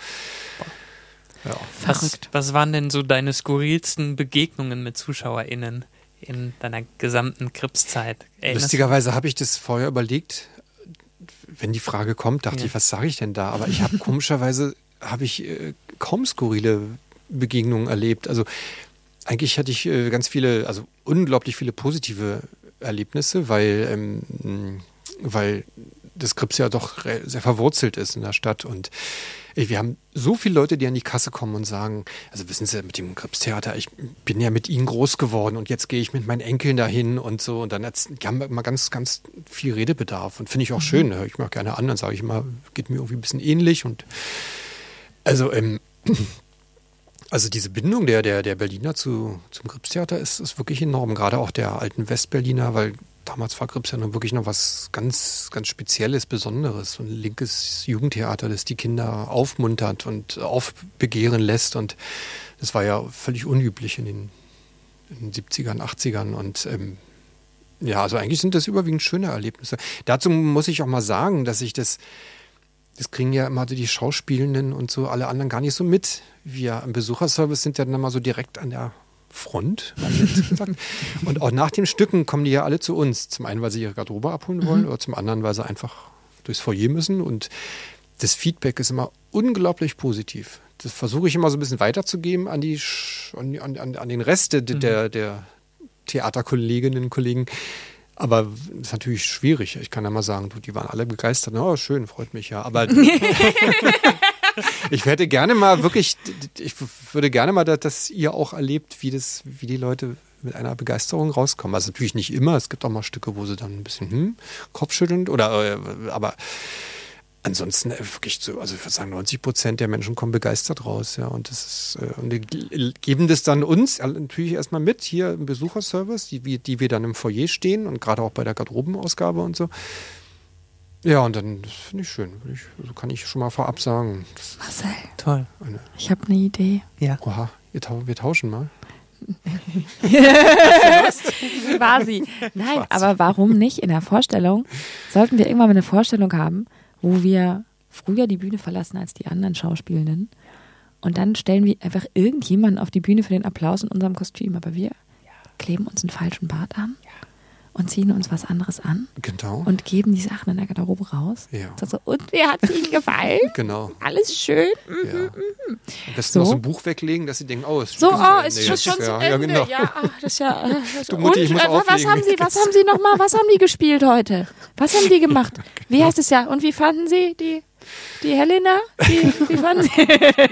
Ja. Was, was waren denn so deine skurrilsten Begegnungen mit ZuschauerInnen in deiner gesamten Krebszeit? Lustigerweise habe ich das vorher überlegt, wenn die Frage kommt, dachte ja. ich, was sage ich denn da? Aber ich habe komischerweise, habe ich äh, kaum skurrile Begegnungen erlebt. Also eigentlich hatte ich äh, ganz viele, also unglaublich viele positive Erlebnisse, weil, ähm, weil das Krips ja doch sehr verwurzelt ist in der Stadt und wir haben so viele Leute, die an die Kasse kommen und sagen, also wissen Sie, mit dem Krips-Theater, ich bin ja mit Ihnen groß geworden und jetzt gehe ich mit meinen Enkeln dahin und so und dann die haben immer ganz, ganz viel Redebedarf und finde ich auch mhm. schön, höre ich mir auch gerne an, dann sage ich immer, geht mir irgendwie ein bisschen ähnlich und also ähm, also diese Bindung der, der, der Berliner zu, zum Krips-Theater ist, ist wirklich enorm, gerade auch der alten Westberliner, weil damals war Krips ja nun wirklich noch was ganz, ganz Spezielles, Besonderes. So ein linkes Jugendtheater, das die Kinder aufmuntert und aufbegehren lässt. Und das war ja völlig unüblich in den, in den siebzigern, achtzigern. Und ähm, ja, also eigentlich sind das überwiegend schöne Erlebnisse. Dazu muss ich auch mal sagen, dass ich das, das kriegen ja immer die Schauspielenden und so alle anderen gar nicht so mit. Wir im Besucherservice sind ja dann mal so direkt an der Front, gesagt. Und auch nach den Stücken kommen die ja alle zu uns. Zum einen, weil sie ihre Garderobe abholen wollen, mhm. oder zum anderen, weil sie einfach durchs Foyer müssen. Und das Feedback ist immer unglaublich positiv. Das versuche ich immer so ein bisschen weiterzugeben an, die, an, an, an den Rest der, mhm. der, der Theaterkolleginnen und Kollegen. Aber das ist natürlich schwierig. Ich kann ja mal sagen, du, die waren alle begeistert. Oh, schön, freut mich ja. Aber ich hätte gerne mal wirklich, ich würde gerne mal, dass ihr auch erlebt, wie das, wie die Leute mit einer Begeisterung rauskommen. Also natürlich nicht immer, es gibt auch mal Stücke, wo sie dann ein bisschen hm, kopfschüttelnd oder, aber ansonsten wirklich so, also ich würde sagen, neunzig Prozent der Menschen kommen begeistert raus, ja, und das ist, und die geben das dann uns natürlich erstmal mit, hier im Besucherservice, die, die wir dann im Foyer stehen und gerade auch bei der Garderobenausgabe und so. Ja, und dann, das finde ich schön. Ich, so kann ich schon mal vorab sagen. Das Marcel. Toll. Eine, ich habe eine Idee. Ja. Oha, wir, tau- wir tauschen mal. War sie. Nein, Was? Aber warum nicht in der Vorstellung? Sollten wir irgendwann mal eine Vorstellung haben, wo wir früher die Bühne verlassen als die anderen Schauspielenden und dann stellen wir einfach irgendjemanden auf die Bühne für den Applaus in unserem Kostüm, aber wir ja. kleben uns einen falschen Bart an. Ja. Und ziehen uns was anderes an. Genau. Und geben die Sachen in der Garderobe raus. Ja. So, und wie hat es Ihnen gefallen? Genau. Alles schön. Mhm, ja. mhm. Am besten so. noch so ein Buch weglegen, dass sie denken, oh, es ist so, schon oh, zu ist schon, schon ja, zum ja, Ende. Genau. Ja, ach, das ist ja. Das du Mutti, und, ich muss äh, was haben Sie, was haben Sie nochmal, was haben die gespielt heute? Was haben die gemacht? Wie genau. heißt es ja? Und wie fanden Sie die? Die Helena, die, wie fanden Sie?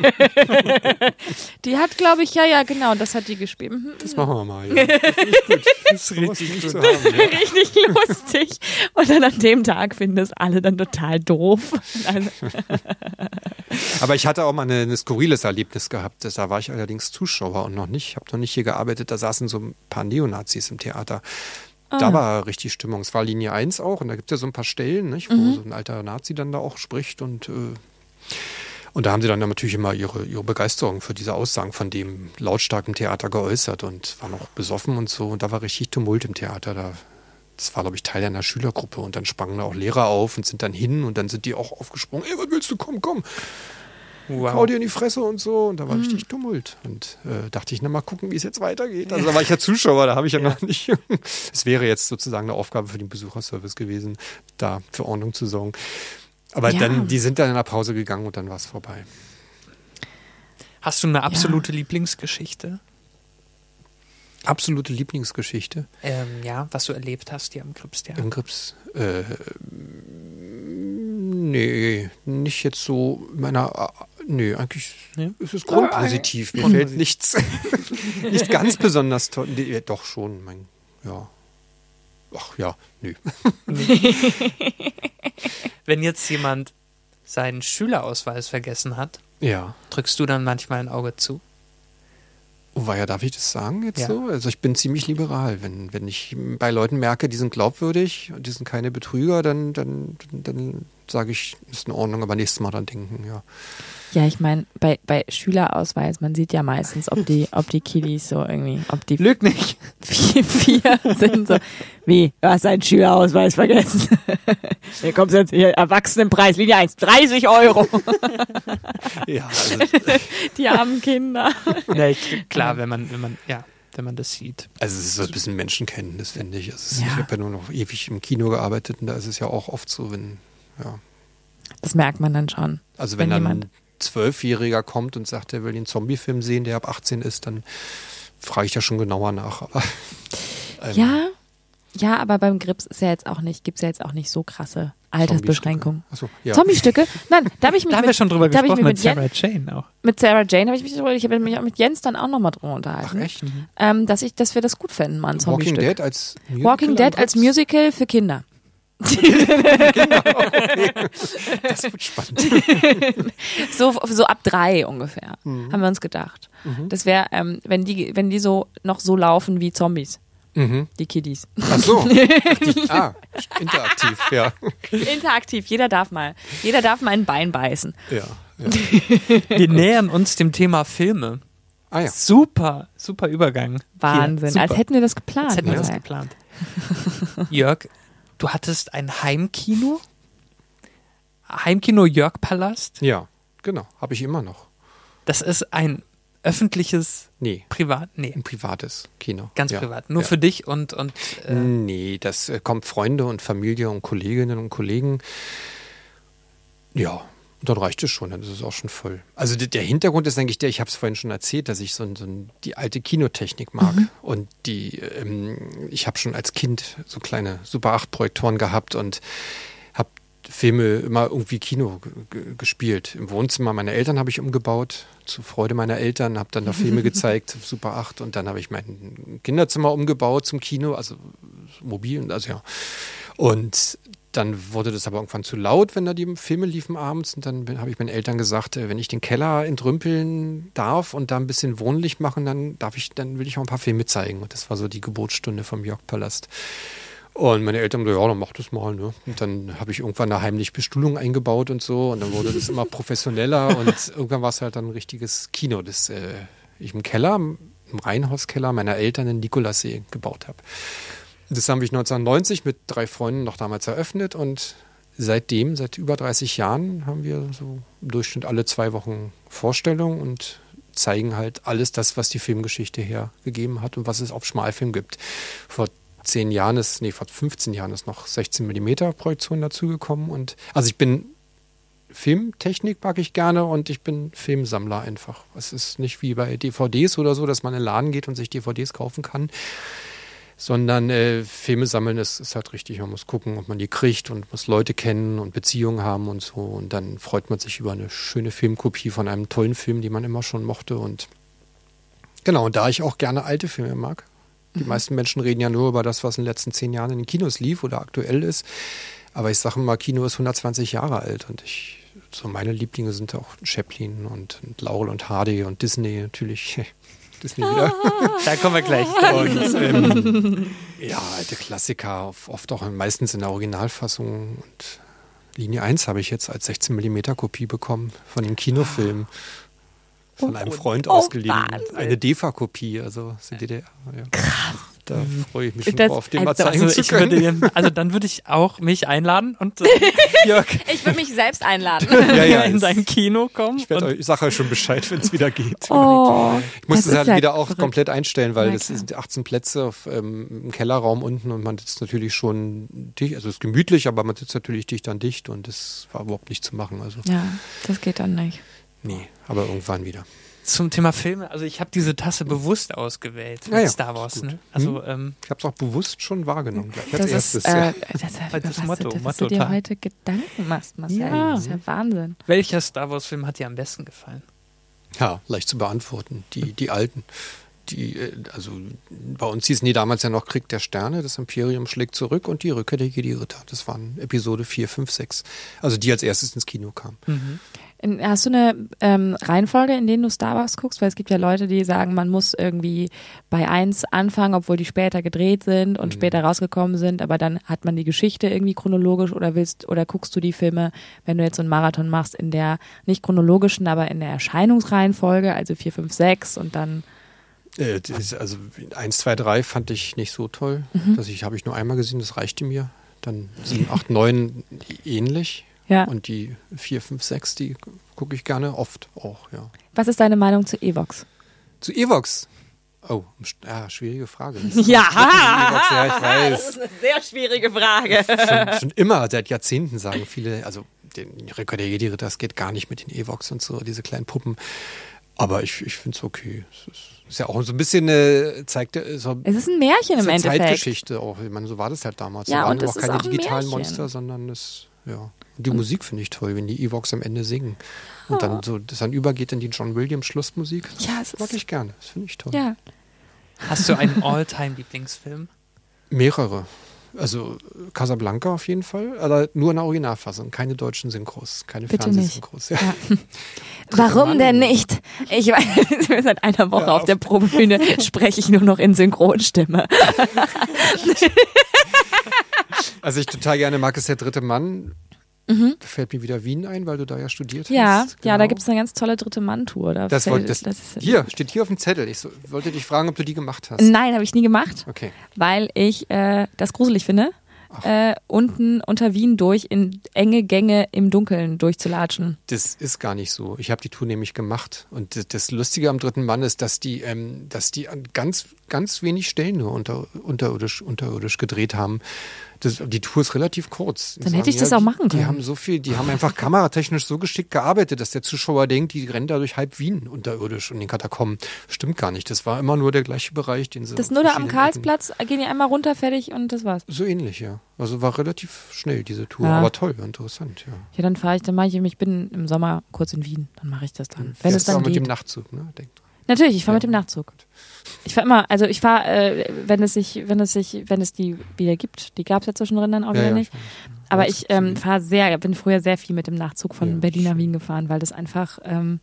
Die hat, glaube ich, ja, ja, genau, das hat die gespielt. Das machen wir mal, ja. Das finde ich gut. Das ist richtig gut zu haben, ja. Richtig lustig. Und dann an dem Tag finden das alle dann total doof. Also Aber ich hatte auch mal eine, ein skurriles Erlebnis gehabt. Da war ich allerdings Zuschauer und noch nicht, habe noch nicht hier gearbeitet. Da saßen so ein paar Neonazis im Theater. Da ah. war richtig Stimmung. Es war Linie eins auch und da gibt es ja so ein paar Stellen, nicht, wo mhm. so ein alter Nazi dann da auch spricht und, äh, und da haben sie dann natürlich immer ihre, ihre Begeisterung für diese Aussagen von dem lautstarken Theater geäußert und waren auch besoffen und so und da war richtig Tumult im Theater. Da, das war, glaube ich, Teil einer Schülergruppe und dann sprangen da auch Lehrer auf und sind dann hin und dann sind die auch aufgesprungen. Ey, was willst du? Komm, komm. Wow. Hau dir in die Fresse und so. Und da war mhm. richtig Tumult. Und äh, dachte ich, na mal gucken, wie es jetzt weitergeht. Also da war ich ja Zuschauer, da habe ich ja, ja noch nicht. Es wäre jetzt sozusagen eine Aufgabe für den Besucherservice gewesen, da für Ordnung zu sorgen. Aber ja. dann, die sind dann in der Pause gegangen und dann war es vorbei. Hast du eine absolute ja. Lieblingsgeschichte? absolute Lieblingsgeschichte. Ähm, ja, was du erlebt hast hier am Gripstheater. Im Grips. Äh, nee, nicht jetzt so meiner. Nee, eigentlich Ja? ist es grundpositiv. Mir fällt nichts. Nicht ganz besonders toll. Nee, doch schon, mein. Ja. Ach ja, nö. Wenn jetzt jemand seinen Schülerausweis vergessen hat, Ja. drückst du dann manchmal ein Auge zu? Oh, war ja, darf ich das sagen jetzt Ja. so? Also ich bin ziemlich liberal. Wenn, wenn ich bei Leuten merke, die sind glaubwürdig, die sind keine Betrüger, dann, dann, dann, dann sage ich, ist in Ordnung, aber nächstes Mal dran denken, ja. Ja, ich meine, bei, bei Schülerausweis, man sieht ja meistens, ob die, ob die Kiddies so irgendwie, ob die Lüg nicht. vier, vier sind so, wie, du hast deinen Schülerausweis vergessen. Hier kommt jetzt hier, Erwachsenenpreis, Linie eins, dreißig Euro. Ja, also, Die armen Kinder. Ja, ich, klar, wenn man, wenn man, ja, wenn man das sieht. also es ist so ein bisschen Menschenkenntnis, finde ich. Also es- Ja. Ich habe ja nur noch ewig im Kino gearbeitet und da ist es ja auch oft so, wenn, ja. Das merkt man dann schon. Also wenn, Wenn dann jemand- ein Zwölfjähriger kommt und sagt, er will den Zombie-Film sehen, der ab achtzehn ist, dann frage ich ja schon genauer nach. Aber, ähm, Ja, ja, aber beim Grips ist ja jetzt auch nicht, gibt's ja jetzt auch nicht so krasse Altersbeschränkungen. Achso, ja. Zombie-Stücke? Nein, da habe ich mich Da haben mit, wir schon drüber da hab ich gesprochen mich mit mit, Sarah Jen, Jane auch. mit Sarah Jane habe ich mich drüber, ich habe mich auch mit Jens dann auch nochmal drüber Ach unterhalten. echt? Ähm, dass ich, dass wir das gut finden, mal ein Walking Zombie-Stück. Dead als Musical Walking am Dead als Grips? Musical für Kinder. Das wird spannend. So, so ab drei ungefähr, Mhm. haben wir uns gedacht. Das wäre, ähm, wenn die, wenn die so noch so laufen wie Zombies, Mhm. die Kiddies. Ach so. Ach, die, ah, interaktiv, ja. Interaktiv, jeder darf mal. Jeder darf mal ein Bein beißen. Ja, ja. Wir nähern uns dem Thema Filme. Ah ja. Super, super Übergang. Wahnsinn. Hier, super. Als hätten wir das geplant. Als hätten wir das Ja. geplant. Jörg, du hattest ein Heimkino? Heimkino Jörg Palast? Ja, genau. Habe ich immer noch. Das ist ein öffentliches, Nee, privat, nee, ein privates Kino. ganz ja. privat. Nur ja. für dich und, und äh, Nee, das äh, kommt Freunde und Familie und Kolleginnen und Kollegen. Ja, dann reicht es schon, dann ist es auch schon voll. Also d- der Hintergrund ist eigentlich der, ich habe es vorhin schon erzählt, dass ich so, ein- so ein, die alte Kinotechnik mag. Und die, ähm, ich habe schon als Kind so kleine Super acht Projektoren gehabt und habe Filme immer irgendwie Kino g- g- gespielt. Im Wohnzimmer meiner Eltern habe ich umgebaut, zur Freude meiner Eltern, habe dann da Filme gezeigt, Super acht, und dann habe ich mein Kinderzimmer umgebaut zum Kino, also mobil, also ja. Und dann wurde das aber irgendwann zu laut, wenn da die Filme liefen abends, und dann bin- habe ich meinen Eltern gesagt, äh, wenn ich den Keller entrümpeln darf und da ein bisschen wohnlich machen, dann darf ich, dann will ich auch ein paar Filme zeigen. Und das war so die Geburtsstunde vom Jörg Palast. Und meine Eltern so, ja, dann mach das mal, ne? Und dann habe ich irgendwann eine heimliche Bestuhlung eingebaut und so, und dann wurde das immer professioneller, und irgendwann war es halt dann ein richtiges Kino, das äh, ich im Keller, im Reihenhauskeller meiner Eltern in Nikolassee gebaut habe. Das haben wir neunzehnhundertneunzig mit drei Freunden noch damals eröffnet, und seitdem, seit über dreißig Jahren, haben wir so im Durchschnitt alle zwei Wochen Vorstellungen und zeigen halt alles das, was die Filmgeschichte hergegeben hat und was es auf Schmalfilm gibt. Vor zehn Jahren ist, nee, vor fünfzehn Jahren ist noch sechzehn Millimeter Projektion dazugekommen, und also ich bin Filmtechnik mag ich gerne, und ich bin Filmsammler einfach. Es ist nicht wie bei D V Ds oder so, dass man in den Laden geht und sich D V Ds kaufen kann, sondern äh, Filme sammeln ist, ist halt richtig. Man muss gucken, ob man die kriegt, und muss Leute kennen und Beziehungen haben und so, und dann freut man sich über eine schöne Filmkopie von einem tollen Film, die man immer schon mochte. Und genau, und da ich auch gerne alte Filme mag, die meisten Menschen reden ja nur über das, was in den letzten zehn Jahren in den Kinos lief oder aktuell ist, aber ich sage mal, Kino ist hundertzwanzig Jahre alt, und ich, so meine Lieblinge sind auch Chaplin und, und Laurel und Hardy und Disney natürlich. Disney wieder. da kommen wir gleich. Und, ähm, ja, alte Klassiker, oft auch meistens in der Originalfassung. Und Linie eins habe ich jetzt als sechzehn Millimeter Kopie bekommen von dem Kinofilm. Von einem Freund oh, ausgeliehen. Wahnsinn. Eine D E F A-Kopie, also aus der D D R. Ja. Krass. Da freue ich mich schon Das- drauf, den mal also- zeigen Also, zu ich können. würde, also dann würde ich auch mich einladen und äh, Jörg Ich würde mich selbst einladen. ja, ja, in es- dein Kino kommen. Ich, werd und euch, ich sage euch schon Bescheid, wenn es wieder geht. Oh, Ich muss das das, ist halt ja wieder auch verrückt. komplett einstellen, weil Na das klar. sind achtzehn Plätze auf, ähm, im Kellerraum unten, und man sitzt natürlich schon dicht, also es ist gemütlich, aber man sitzt natürlich dicht an dicht, und das war überhaupt nicht zu machen. Also Ja, das geht dann nicht. nee, aber irgendwann wieder. zum Thema Filme, also ich habe diese Tasse bewusst ausgewählt mit ja, ja, Star Wars. gut. Ne? Also, hm. ähm, Ich habe es auch bewusst schon wahrgenommen. Gleich als Das erstes. ist, äh, ja. das, ist Das das Motto, Motto, was Motto du dir Tag. heute Gedanken machst, Marcel. Ja. Das ist ja Wahnsinn. welcher Star Wars Film hat dir am besten gefallen? ja, leicht zu beantworten. Die, die alten. Die, äh, also bei uns hießen die damals ja noch Krieg der Sterne, das Imperium schlägt zurück und die Rückkehr der Jedi-Ritter. Das waren Episode vier, fünf, sechs. Also die als erstes ins Kino kamen. Mhm. In, hast du eine ähm, Reihenfolge, in denen du Star Wars guckst? Weil es gibt ja Leute, die sagen, man muss irgendwie bei eins anfangen, obwohl die später gedreht sind und Mhm. später rausgekommen sind, aber dann hat man die Geschichte irgendwie chronologisch oder willst oder guckst du die Filme, wenn du jetzt so einen Marathon machst, in der nicht chronologischen, aber in der Erscheinungsreihenfolge, also vier, fünf, sechs und dann Äh, das, also eins, zwei, drei fand ich nicht so toll. Mhm. Das ich, habe ich nur einmal gesehen, das reichte mir. Dann sieben, acht, neun ähnlich. ja. Und die vier, fünf, sechs, die gucke ich gerne oft auch, ja. Was ist deine Meinung zu Evox? Zu Evox. Oh, ja, schwierige Frage. Das Ja, Evox, ja, ich weiß. eine sehr schwierige Frage. Schon, schon immer, seit Jahrzehnten sagen viele, also den Rückkehr der Jedi-Ritter, das geht gar nicht mit den Evox und so, diese kleinen Puppen. Aber ich, ich finde es okay. Es ist, ist ja auch so ein bisschen eine, zeigt ja, so Es ist ein Märchen im eine Endeffekt. Zeitgeschichte auch. Ich meine, so war das halt damals. Ja, da waren und es auch ist keine auch ein digitalen Märchen. Monster, sondern es, ja. Und die Musik finde ich toll, wenn die Evox am Ende singen. Und dann so, das dann übergeht in die John Williams Schlussmusik. Das Ja, es mag ist- ich gerne. Das finde ich toll. Ja. Hast du einen All-Time-Lieblingsfilm? Mehrere. Also Casablanca auf jeden Fall, aber nur in der Originalfassung, keine deutschen Synchros, keine Bitte Fernsehsynchros. Ja. Ja. Warum Mann. denn nicht? Ich weiß, seit einer Woche Ja, auf der Probebühne spreche ich nur noch in Synchronstimme. Also ich total gerne mag, ist der dritte Mann. Mhm. Da fällt mir wieder Wien ein, weil du da ja studiert Ja, hast. ja, da Genau. gibt es eine ganz tolle dritte Mann-Tour. Da Das fällt- wollte, das, das ist- hier, steht hier auf dem Zettel. Ich so, wollte dich fragen, ob du die gemacht hast. Nein, habe ich nie gemacht, Okay. weil ich äh, das gruselig finde, äh, unten unter Wien durch in enge Gänge im Dunkeln durchzulatschen. Das ist gar nicht so. Ich habe die Tour nämlich gemacht. Und das, das Lustige am dritten Mann ist, dass die, ähm, dass die an ganz, ganz wenig Stellen nur unter, unterirdisch, unterirdisch gedreht haben. Das, die Tour ist relativ kurz. Dann hätte ich das auch machen Die können. haben so viel, die haben einfach kameratechnisch so geschickt gearbeitet, dass der Zuschauer denkt, die rennen da durch halb Wien unterirdisch und den Katakomben. Stimmt gar nicht. Das war immer nur der gleiche Bereich, den sie. Das auf ist nur da am verschiedenen Ecken- Karlsplatz, gehen die einmal runter, fertig und das war's. So ähnlich, ja. Also war relativ schnell diese Tour, Ja. aber toll, interessant, ja. Ja, dann fahre ich, dann mache ich, ich bin im Sommer kurz in Wien, dann mache ich das dann. Wenn es Fährst du dann auch mit geht. dem Nachtzug, ne? Denk dran. Natürlich, ich fahre Ja. mit dem Nachtzug. Ich fahre immer, also ich fahre, äh, wenn es sich, wenn es sich, wenn es die wieder gibt, die gab es ja zwischendrin dann auch wieder nicht. weiß. Aber Weiß, ich ähm, so fahre sehr, bin früher sehr viel mit dem Nachtzug von Ja, Berlin nach schön. Wien gefahren, weil das einfach ähm,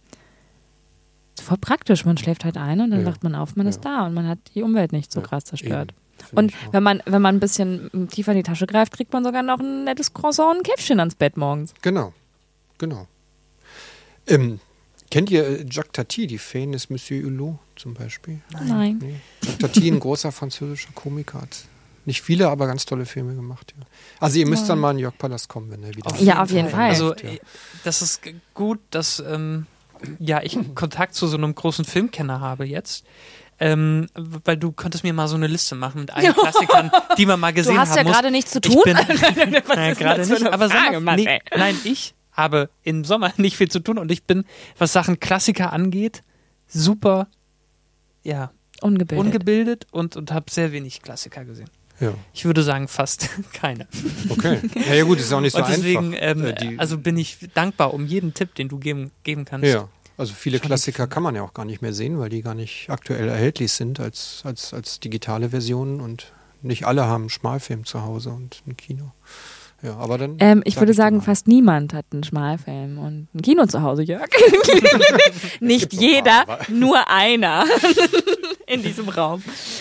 voll praktisch. Man schläft halt ein und dann Ja. wacht man auf, man Ja. ist da und man hat die Umwelt nicht so Ja, krass zerstört. Eben, find Und ich auch. wenn man, wenn man ein bisschen tiefer in die Tasche greift, kriegt man sogar noch ein nettes Croissant und ein Käffchen ans Bett morgens. Genau, genau. Ähm, kennt ihr äh, Jacques Tati, die Feen des Monsieur Hulot zum Beispiel? Nein. Nee. Jacques Tati, ein großer französischer Komiker, hat nicht viele, aber ganz tolle Filme gemacht. Ja. Also ihr müsst dann mal in den Jörg-Palast kommen, wenn er wieder Auf Ja, auf jeden Fall. Also Ja. äh, das ist g- gut, dass ähm, ja, ich Kontakt zu so einem großen Filmkenner habe jetzt. Ähm, weil du könntest mir mal so eine Liste machen mit allen Klassikern, die man mal gesehen Du hast haben ja muss. gerade nichts zu Ich tun. bin, Was Nein, ist denn gerade das für nicht. eine Aber sag Frage, mal, nee, Marcel? nein, ich habe im Sommer nicht viel zu tun und ich bin, was Sachen Klassiker angeht, super, ja, Ungebildet. ungebildet und, und habe sehr wenig Klassiker gesehen. Ja, Ich würde sagen, fast keine. okay. Ja, ja gut, ist auch nicht so und deswegen, einfach. ähm, Äh, die- also bin ich dankbar um jeden Tipp, den du geben, geben kannst. Ja, also viele Schon Klassiker kann man ja auch gar nicht mehr sehen, weil die gar nicht aktuell erhältlich sind als, als, als digitale Versionen und nicht alle haben einen Schmalfilm zu Hause und ein Kino. Ja, aber dann. Ähm, ich sag würde dir sagen, mal. fast niemand hat einen Schmalfilm und ein Kino zu Hause, Jörg. Nicht Gibt's so ein jeder, paar, aber- nur einer in diesem Raum.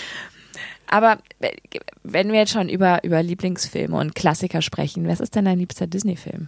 Aber wenn wir jetzt schon über, über Lieblingsfilme und Klassiker sprechen, was ist denn dein liebster Disney-Film?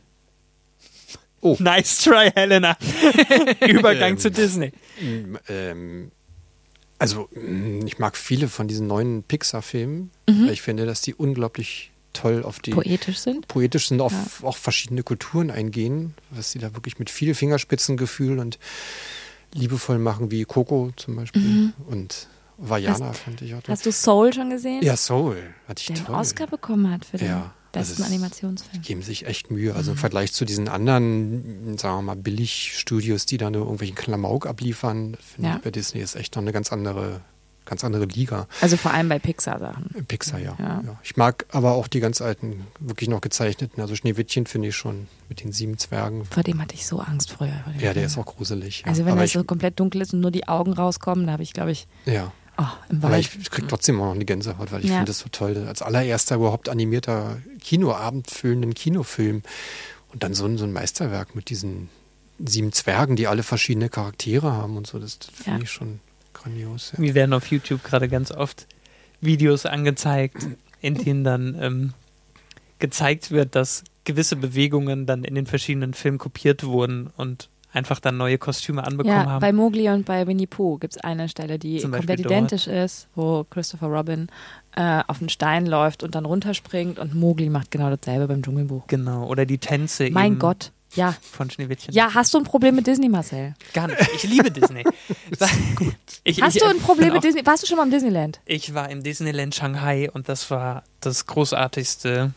Nice try, Helena. Übergang Ähm, zu Disney. Mm, Ähm, also, mm, ich mag viele von diesen neuen Pixar-Filmen, Mhm. weil ich finde, dass die unglaublich toll auf die Poetisch sind? poetisch sind, auf auch verschiedene Kulturen eingehen, was sie da wirklich mit viel Fingerspitzengefühl und liebevoll machen, wie Coco zum Beispiel. Mhm. Und Vajana fand ich auch toll. Hast du Soul schon gesehen? Ja, Soul. Hatte ich der toll. einen Oscar bekommen hat für den ja, besten also Animationsfilm. Die geben sich echt Mühe. Also im Vergleich zu diesen anderen, sagen wir mal, Billigstudios, die da nur irgendwelchen Klamauk abliefern, finde Ja. ich, bei Disney ist echt noch eine ganz andere, ganz andere Liga. Also vor allem bei Pixar-Sachen. Pixar, ja. Ja. ja. Ich mag aber auch die ganz alten, wirklich noch gezeichneten. Also Schneewittchen finde ich schon mit den sieben Zwergen. Vor dem hatte ich so Angst früher. Vor dem Ja, der Film. ist auch gruselig. Ja. Also wenn aber das ich, so komplett dunkel ist und nur die Augen rauskommen, da habe ich, glaube ich, ja. oh, im Aber Wald. ich kriege trotzdem auch noch eine Gänsehaut, weil ich Ja. finde das so toll. Als allererster überhaupt animierter Kinoabend füllenden Kinofilm. Und dann so ein, so ein Meisterwerk mit diesen sieben Zwergen, die alle verschiedene Charaktere haben und so. Das finde Ja. ich schon grandios. Ja. Mir werden auf YouTube gerade ganz oft Videos angezeigt, in denen dann ähm, gezeigt wird, dass gewisse Bewegungen dann in den verschiedenen Filmen kopiert wurden und einfach dann neue Kostüme anbekommen Ja, haben. bei Mowgli und bei Winnie Pooh gibt es eine Stelle, die Zum Beispiel komplett dort. identisch ist, wo Christopher Robin äh, auf einen Stein läuft und dann runterspringt und Mowgli macht genau dasselbe beim Dschungelbuch. Genau, oder die Tänze Mein eben Gott, ja. von Schneewittchen. Ja, hast du ein Problem mit Disney, Marcel? Gar nicht. Ich liebe Disney. Ich, Hast ich, du ein Problem bin mit auch- Disney? Warst du schon mal im Disneyland? Ich war im Disneyland Shanghai und das war das großartigste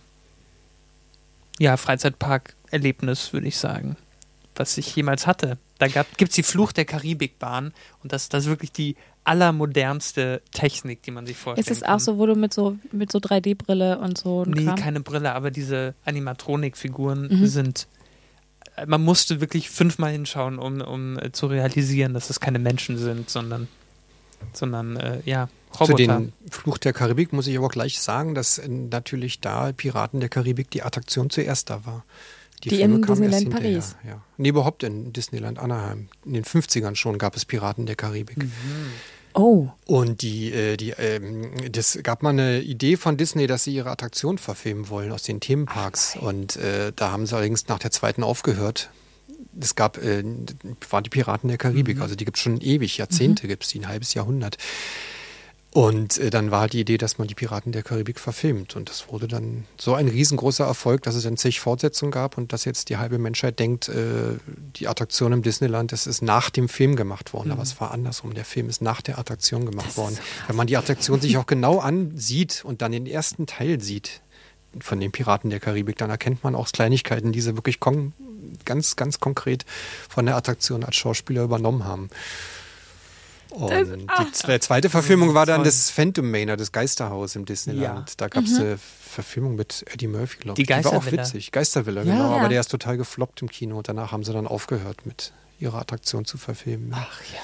ja, Freizeitpark-Erlebnis, würde ich sagen, was ich jemals hatte. Da gibt es die Fluch der Karibikbahn und das, das ist wirklich die allermodernste Technik, die man sich vorstellen Ist es kann. auch so, wo du mit so mit so drei D-Brille und so ein Nee, Kram? keine Brille, aber diese Animatronik-Figuren Mhm. sind. Man musste wirklich fünfmal hinschauen, um, um äh, zu realisieren, dass es keine Menschen sind, sondern, sondern äh, ja, Zu Roboter. den Fluch der Karibik muss ich aber gleich sagen, dass äh, natürlich da Piraten der Karibik die Attraktion zuerst da war. Die Filme in kamen erst Disneyland hinterher, Paris. Ja. Nee, überhaupt in Disneyland Anaheim. In den fünfzigern schon gab es Piraten der Karibik. Oh, Und die, äh, die, ähm, das gab mal eine Idee von Disney, dass sie ihre Attraktion verfilmen wollen aus den Themenparks. Und äh, da haben sie allerdings nach der zweiten aufgehört. Es gab, äh, waren die Piraten der Karibik, also die gibt es schon ewig, Jahrzehnte gibt es die, ein halbes Jahrhundert. Und äh, dann war halt die Idee, dass man die Piraten der Karibik verfilmt. Und das wurde dann so ein riesengroßer Erfolg, dass es dann zig Fortsetzungen gab und dass jetzt die halbe Menschheit denkt, äh, die Attraktion im Disneyland, das ist nach dem Film gemacht worden. Aber es war andersrum. Der Film ist nach der Attraktion gemacht worden. Wenn man die Attraktion sich auch genau ansieht und dann den ersten Teil sieht von den Piraten der Karibik, dann erkennt man auch Kleinigkeiten, die sie wirklich kon- ganz, ganz konkret von der Attraktion als Schauspieler übernommen haben. Und die zwe- zweite Verfilmung war dann toll. das Phantom Manor, das Geisterhaus im Disneyland. Ja. Da gab es eine Verfilmung mit Eddie Murphy, glaube Die ich. Die war auch Geistervilla. witzig. Geistervilla, Ja, genau. ja. Aber der ist total gefloppt im Kino. Und danach haben sie dann aufgehört, mit ihrer Attraktion zu verfilmen. Ach ja.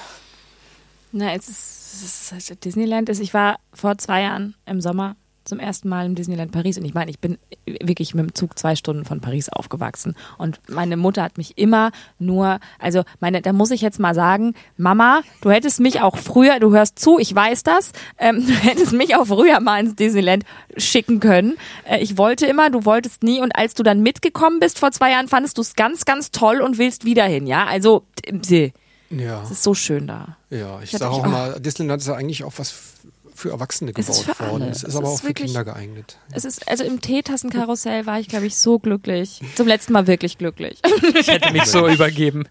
na, es ist, es ist halt Disneyland ist. Ich war vor zwei Jahren im Sommer zum ersten Mal im Disneyland Paris und ich meine, ich bin wirklich mit dem Zug zwei Stunden von Paris aufgewachsen und meine Mutter hat mich immer nur, also meine, da muss ich jetzt mal sagen, Mama, du hättest mich auch früher, du hörst zu, ich weiß das, ähm, du hättest mich auch früher mal ins Disneyland schicken können. Äh, ich wollte immer, du wolltest nie und als du dann mitgekommen bist vor zwei Jahren, fandest du es ganz, ganz toll und willst wieder hin, ja? Also, es Ja, ist so schön da. ja. Ich Ich hatte sage auch mich- immer, Disneyland ist ja eigentlich auch was f- für Erwachsene Es ist gebaut für worden. alle. Es ist Es aber ist auch für wirklich- Kinder geeignet. Es ist, also im Teetassenkarussell war ich, glaube ich, so glücklich. Zum letzten Mal wirklich glücklich. Ich hätte mich so übergeben.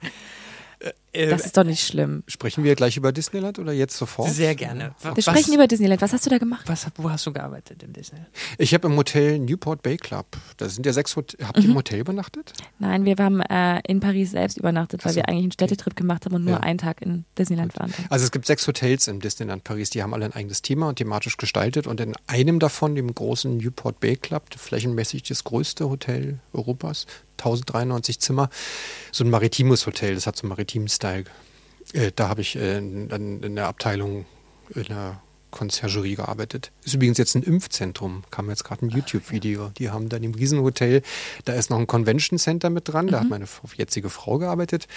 Äh, Das ist doch nicht schlimm. Sprechen wir gleich über Disneyland oder jetzt sofort? sehr gerne. Wir sprechen über Disneyland. Was hast du da gemacht? was, wo hast du gearbeitet im Disneyland? Ich habe im Hotel Newport Bay Club. Da sind ja sechs Hotels. Habt ihr Mhm. im Hotel übernachtet? Nein, wir haben äh, in Paris selbst übernachtet, weil Ach so, wir eigentlich einen Städtetrip gemacht haben und nur Ja. einen Tag in Disneyland waren. Also es gibt sechs Hotels im Disneyland Paris, die haben alle ein eigenes Thema und thematisch gestaltet. Und in einem davon, dem großen Newport Bay Club, flächenmäßig das größte Hotel Europas, tausenddreiundneunzig Zimmer, so ein maritimes Hotel, das hat so einen maritimen Style. Äh, da habe ich äh, in, in, in der Abteilung in der Conciergerie gearbeitet. Ist übrigens jetzt ein Impfzentrum, kam jetzt gerade ein YouTube-Video. Die haben dann im Riesenhotel, da ist noch ein Convention Center mit dran, da hat meine f- jetzige Frau gearbeitet.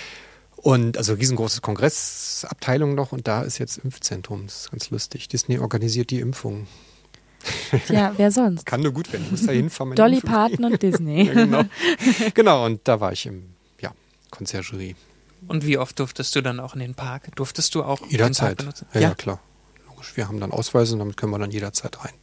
Und also riesengroßes Kongressabteilung noch und da ist jetzt Impfzentrum. Das ist ganz lustig. Disney organisiert die Impfung. Ja, wer sonst? Kann nur gut werden. Ich muss da hinfahren. meine Dolly Impfung Parton und Disney. Ja, genau. Genau, und da war ich im, ja, Conciergerie. Und wie oft durftest du dann auch in den Park? Durftest du auch den Park Jederzeit. benutzen? Ja, ja, klar. Logisch. Wir haben dann Ausweise und damit können wir dann jederzeit rein.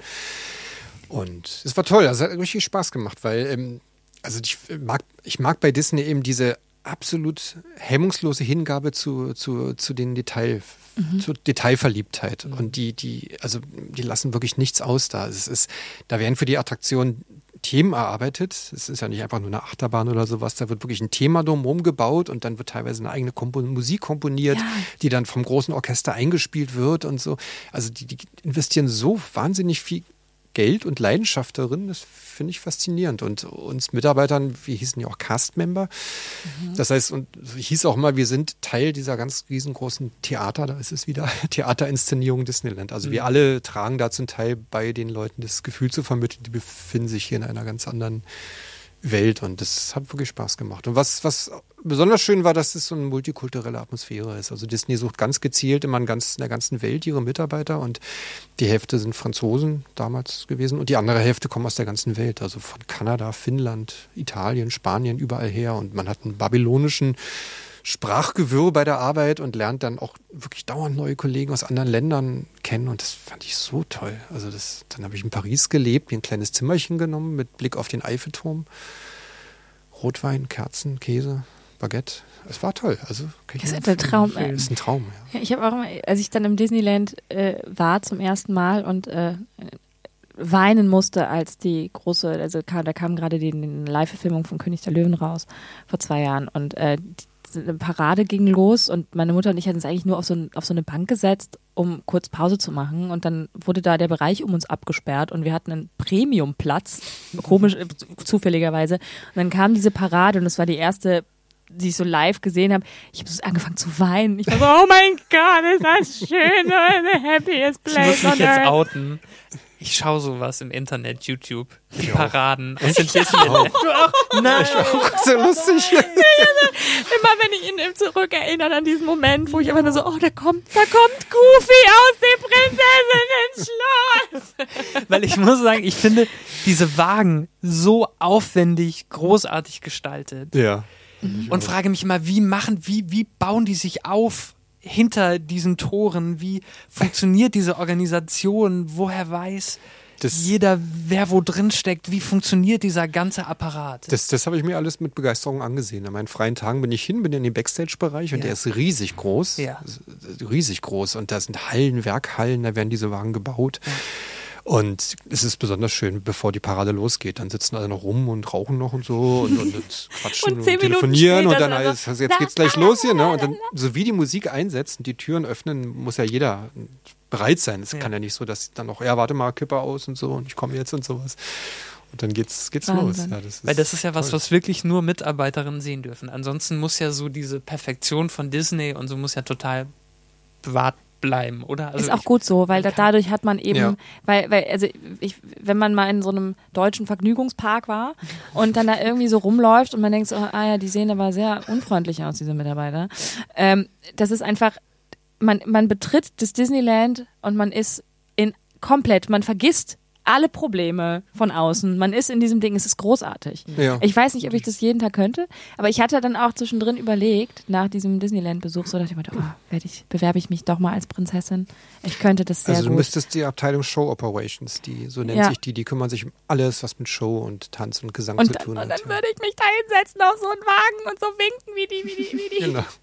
Und es war toll. Also es hat richtig Spaß gemacht, weil ähm, also ich mag, ich mag bei Disney eben diese absolut hemmungslose Hingabe zu, zu, zu den Detail, mhm. zur Detailverliebtheit. Mhm. Und die, die, also die lassen wirklich nichts aus da. Es ist, da werden für die Attraktion Themen erarbeitet. Es ist ja nicht einfach nur eine Achterbahn oder sowas. Da wird wirklich ein Thema drumherum gebaut und dann wird teilweise eine eigene Kompo- Musik komponiert, ja. die dann vom großen Orchester eingespielt wird und so. Also die, die investieren so wahnsinnig viel Geld und Leidenschaft darin, das finde ich faszinierend. Und uns Mitarbeitern, wir hießen ja auch Cast-Member, mhm. das heißt, und hieß auch mal, wir sind Teil dieser ganz riesengroßen Theater, da ist es wieder, Theaterinszenierung Disneyland. Also mhm. wir alle tragen da zum Teil bei den Leuten das Gefühl zu vermitteln, die befinden sich hier in einer ganz anderen Welt und das hat wirklich Spaß gemacht. Und was, was besonders schön war, dass es so eine multikulturelle Atmosphäre ist. Also Disney sucht ganz gezielt immer in, ganz, in der ganzen Welt ihre Mitarbeiter und die Hälfte sind Franzosen damals gewesen und die andere Hälfte kommen aus der ganzen Welt. Also von Kanada, Finnland, Italien, Spanien, überall her und man hat einen babylonischen Sprachgewirr bei der Arbeit und lernt dann auch wirklich dauernd neue Kollegen aus anderen Ländern kennen und das fand ich so toll. Also das, dann habe ich in Paris gelebt, mir ein kleines Zimmerchen genommen mit Blick auf den Eiffelturm, Rotwein, Kerzen, Käse, Baguette. Es war toll. Also das ist ein Traum. Das ist ein Traum. Ja. Ja, ich habe auch, als ich dann im Disneyland äh, war zum ersten Mal und äh, weinen musste, als die große, also kam, da kam gerade die, die Live-Verfilmung von König der Löwen raus vor zwei Jahren und äh, die, eine Parade ging los und meine Mutter und ich hatten uns eigentlich nur auf so, ein, auf so eine Bank gesetzt, um kurz Pause zu machen und dann wurde da der Bereich um uns abgesperrt und wir hatten einen Premiumplatz, komisch, zufälligerweise und dann kam diese Parade und das war die erste, die ich so live gesehen habe. Ich habe so angefangen zu weinen. Ich war so, oh mein Gott, ist das schön, the happiest place ich muss mich on jetzt earth. outen. Ich schaue sowas im Internet, YouTube, die ich Paraden. Auch. Ich auch. Du auch? Nein. Ich auch. So lustig. Immer wenn ich ihn zurückerinnere an diesen Moment, wo ich einfach nur so, oh, da kommt, da kommt Goofy aus dem Prinzessinnen-Schloss. Weil ich muss sagen, ich finde diese Wagen so aufwendig, großartig gestaltet. Ja. Und frage mich immer, wie machen, wie, wie bauen die sich auf hinter diesen Toren? Wie funktioniert diese Organisation? Woher weiß das jeder, wer wo drin steckt? Wie funktioniert dieser ganze Apparat? Das, das habe ich mir alles mit Begeisterung angesehen. An meinen freien Tagen bin ich hin, bin in den Backstage-Bereich und ja. der ist riesig groß. Ja. Riesig groß. Und da sind Hallen, Werkhallen, da werden diese Wagen gebaut. Ja. Und es ist besonders schön, bevor die Parade losgeht. Dann sitzen alle noch rum und rauchen noch und so und, und, und quatschen und, und telefonieren und dann heißt es, jetzt geht's gleich los hier. Ne? Und dann, so wie die Musik einsetzt und die Türen öffnen, muss ja jeder bereit sein. Es ja. kann ja nicht so, dass dann noch, ja, warte mal, Kippe aus und so und ich komme jetzt und sowas. Und dann geht's, geht's los. Ja, das ist Weil das ist ja was, toll. Was wirklich nur Mitarbeiterinnen sehen dürfen. Ansonsten muss ja so diese Perfektion von Disney und so muss ja total bewahrt bleiben, oder? Also ist auch ich, gut so, weil da, dadurch hat man eben, ja. weil, weil, also ich, wenn man mal in so einem deutschen Vergnügungspark war und dann da irgendwie so rumläuft und man denkt so, ah ja, die sehen aber sehr unfreundlich aus, diese Mitarbeiter. Ähm, das ist einfach, man, man betritt das Disneyland und man ist in komplett, man vergisst alle Probleme von außen. Man ist in diesem Ding, es ist großartig. Ja. Ich weiß nicht, ob ich das jeden Tag könnte, aber ich hatte dann auch zwischendrin überlegt, nach diesem Disneyland-Besuch, so dachte ich mir, oh, werde ich, bewerbe ich mich doch mal als Prinzessin. Ich könnte das sehr Also du gut. müsstest die Abteilung Show Operations, die so nennt Ja. sich die, die kümmern sich um alles, was mit Show und Tanz und Gesang Und zu dann, tun und hat. dann ja. würde ich mich da hinsetzen auf so einen Wagen und so winken wie die, wie die, wie die. Genau.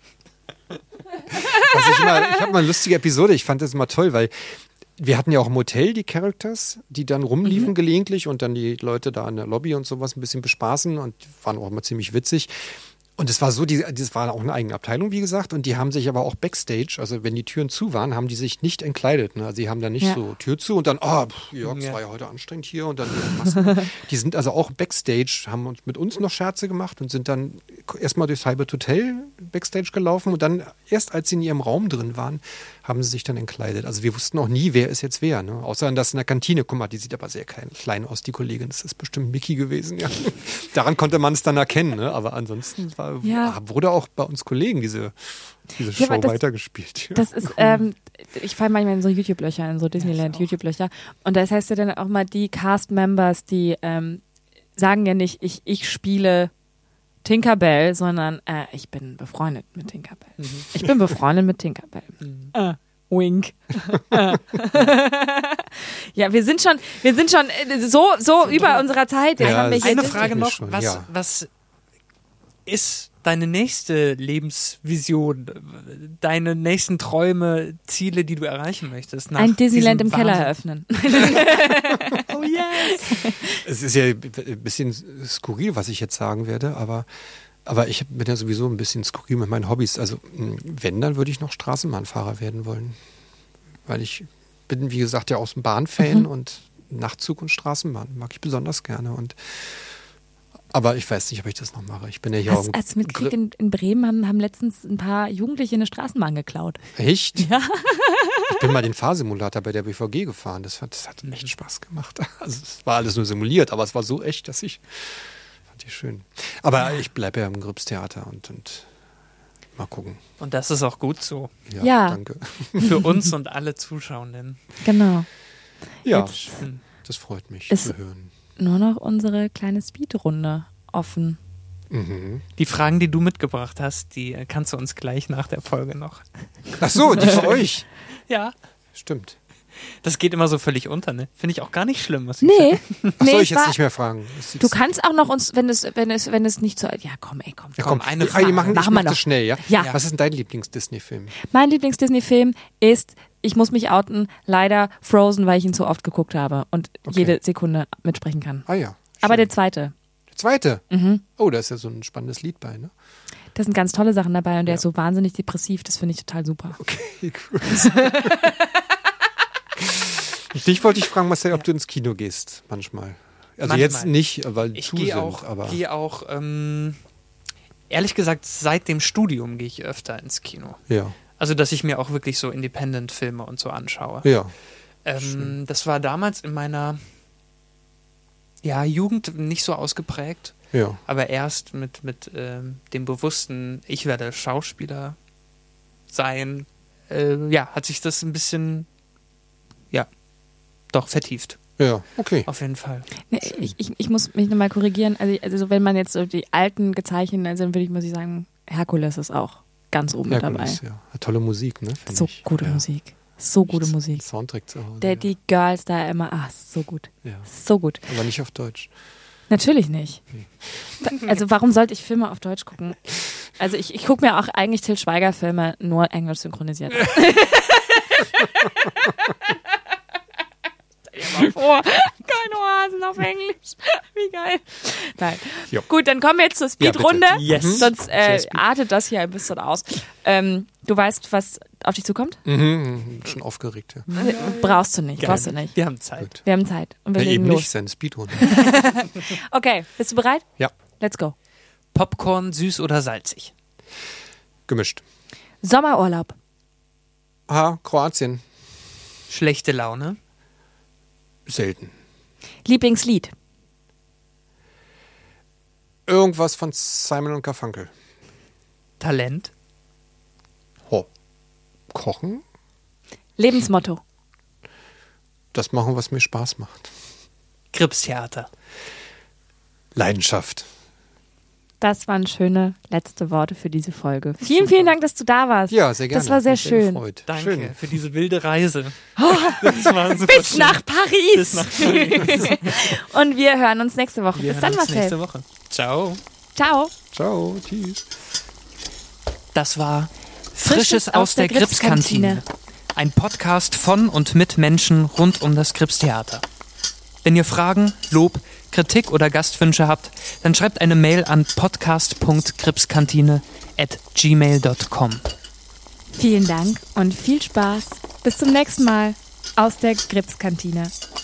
Also ich mal, ich habe mal eine lustige Episode, ich fand das immer toll, weil wir hatten ja auch im Hotel die Characters, die dann rumliefen mhm. gelegentlich und dann die Leute da in der Lobby und sowas ein bisschen bespaßen und waren auch immer ziemlich witzig. Und es war so, die, das war auch eine eigene Abteilung, wie gesagt, und die haben sich aber auch Backstage, also wenn die Türen zu waren, haben die sich nicht entkleidet. Ne? Also die haben da nicht Ja. so Tür zu und dann, ah, oh, Jörg, es Ja. war ja heute anstrengend hier und dann Masken. Die sind also auch Backstage, haben uns mit uns noch Scherze gemacht und sind dann erstmal durchs halbe Hotel Backstage gelaufen und dann, erst als sie in ihrem Raum drin waren, haben sie sich dann entkleidet. Also wir wussten auch nie, wer ist jetzt wer. Ne? Außer dass in der Kantine, guck mal, die sieht aber sehr klein, klein aus, die Kollegin. Das ist bestimmt Mickey gewesen. Ja. Daran konnte man es dann erkennen. Ne? Aber ansonsten war, Ja. wurde auch bei uns Kollegen diese, diese Ja, Show aber das- weitergespielt. Ja. Das ist, ähm, ich falle manchmal in so YouTube-Löcher, in so Disneyland-YouTube-Löcher. Und das heißt ja dann auch mal, die Cast-Members, die ähm, sagen ja nicht, ich, ich spiele Tinkerbell, sondern äh, ich bin befreundet mit Tinkerbell. Mhm. Ich bin befreundet mit Tinkerbell. Mhm. Äh, wink. Ja, wir sind schon, wir sind schon äh, so, so über unserer Zeit. Jetzt Ja, haben wir das hier Eine das Frage ist noch, schon, was, ja. was ist deine nächste Lebensvision, deine nächsten Träume, Ziele, die du erreichen möchtest? Ein Disneyland im Wahnsinn? Keller eröffnen. Oh yes! Es ist ja ein bisschen skurril, was ich jetzt sagen werde, aber, aber ich bin ja sowieso ein bisschen skurril mit meinen Hobbys. Also wenn, dann würde ich noch Straßenbahnfahrer werden wollen. Weil ich bin, wie gesagt, ja auch so ein Bahnfan mhm. und Nachtzug und Straßenbahn mag ich besonders gerne. Und aber ich weiß nicht, ob ich das noch mache. Ich bin ja hier Hast, auch. Als mitkriegt in, in Bremen haben, haben letztens ein paar Jugendliche eine Straßenbahn geklaut. Echt? Ja. Ich bin mal den Fahrsimulator bei der B V G gefahren. Das, das hat echt Spaß gemacht. Also es war alles nur simuliert, aber es war so echt, dass ich fand ich schön. Aber ich bleibe ja im Gripstheater und, und mal gucken. Und das ist auch gut so. Ja, Ja. danke. Für uns und alle Zuschauenden. Genau. Ja, Jetzt das freut mich ist- zu hören. nur noch unsere kleine Speedrunde offen. Mhm. Die Fragen, die du mitgebracht hast, die äh, kannst du uns gleich nach der Folge noch. Ach so, die für euch. Ja. Stimmt. Das geht immer so völlig unter, ne? Finde ich auch gar nicht schlimm, was ich Nee. sage. Ach, nee, soll es ich jetzt war- nicht mehr fragen? Ist Du jetzt- kannst auch noch uns, wenn es, wenn es, wenn es nicht so. Ja, komm, ey, komm. Ja, Komm, komm, eine eine Frage. Frage. Machen, ich Machen wir mach noch. das schnell, ja? Ja. Was ist denn dein Lieblings-Disney-Film? Mein Lieblings-Disney-Film ist, ich muss mich outen, leider Frozen, weil ich ihn zu oft geguckt habe und Okay. jede Sekunde mitsprechen kann. Ah ja. Aber schön. der zweite. Der zweite? Mhm. Oh, da ist ja so ein spannendes Lied bei, ne? Da sind ganz tolle Sachen dabei und der Ja. ist so wahnsinnig depressiv. Das finde ich total super. Okay, cool. Dich wollte ich fragen, Marcel, ob du ins Kino gehst, manchmal. Also Manchmal. jetzt nicht, weil Ich zu gehe sind, auch, aber gehe auch ähm, ehrlich gesagt, seit dem Studium gehe ich öfter ins Kino. ja, Also, dass ich mir auch wirklich so Independent-Filme und so anschaue. ja. Ähm, das war damals in meiner ja, Jugend nicht so ausgeprägt, Ja, aber erst mit, mit ähm, dem bewussten, ich werde Schauspieler sein, äh, ja, hat sich das ein bisschen, ja, doch vertieft. ja, okay. Auf jeden Fall. Nee, ich, ich, ich muss mich nochmal korrigieren. Also, also wenn man jetzt so die alten gezeichneten, also dann würde ich, muss ich sagen, Herkules ist auch ganz oben mit dabei. Herkules, ja. Tolle Musik, ne? find So ich. gute ja. Musik. So gute Ich- Musik. Soundtrack zu Hause. Der, ja. die Girls da immer, ah, so gut. ja. So gut. Aber nicht auf Deutsch. Natürlich nicht. Also warum sollte ich Filme auf Deutsch gucken? Also ich, ich gucke mir auch eigentlich Til Schweiger Filme nur englisch synchronisiert. Stell dir mal vor, keine Ohrhasen auf Englisch. Wie geil. Nein. Jo. Gut, dann kommen wir jetzt zur Speedrunde. Ja, bitte. Yes. Mhm. Sonst Sehr äh, Speed. artet das hier ein bisschen aus. Ähm, du weißt, was auf dich zukommt? Mhm, schon aufgeregt, ja. Brauchst du nicht. Geil. Brauchst du nicht. Wir haben Zeit. Gut. Wir haben Zeit. Und wir Ja, legen eben los. nicht, seine Speedrunde. Okay, bist du bereit? Ja, Let's go. Popcorn, süß oder salzig? gemischt. Sommerurlaub. Ah, Kroatien. Schlechte Laune? Selten. Lieblingslied. Irgendwas von Simon und Garfunkel. Talent? Ho. Kochen? Lebensmotto. Das machen, was mir Spaß macht. Gripstheater? Leidenschaft. Das waren schöne letzte Worte für diese Folge. Vielen, vielen Dank, dass du da warst. Ja, sehr gerne. Das war sehr Mich schön. gefreut. Danke Schön. für diese wilde Reise. Das war super Bis schön. nach Paris. Bis nach Paris. Und wir hören uns nächste Woche. Wir Bis hören dann, uns nächste Marcel. Woche. Ciao. Ciao. Ciao. Tschüss. Das war Frisches aus der Gripskantine. Ein Podcast von und mit Menschen rund um das Gripstheater. Wenn ihr Fragen, Lob, Kritik oder Gastwünsche habt, dann schreibt eine Mail an podcast punkt gripskantine at gmail punkt com. Vielen Dank und viel Spaß. Bis zum nächsten Mal aus der Gripskantine.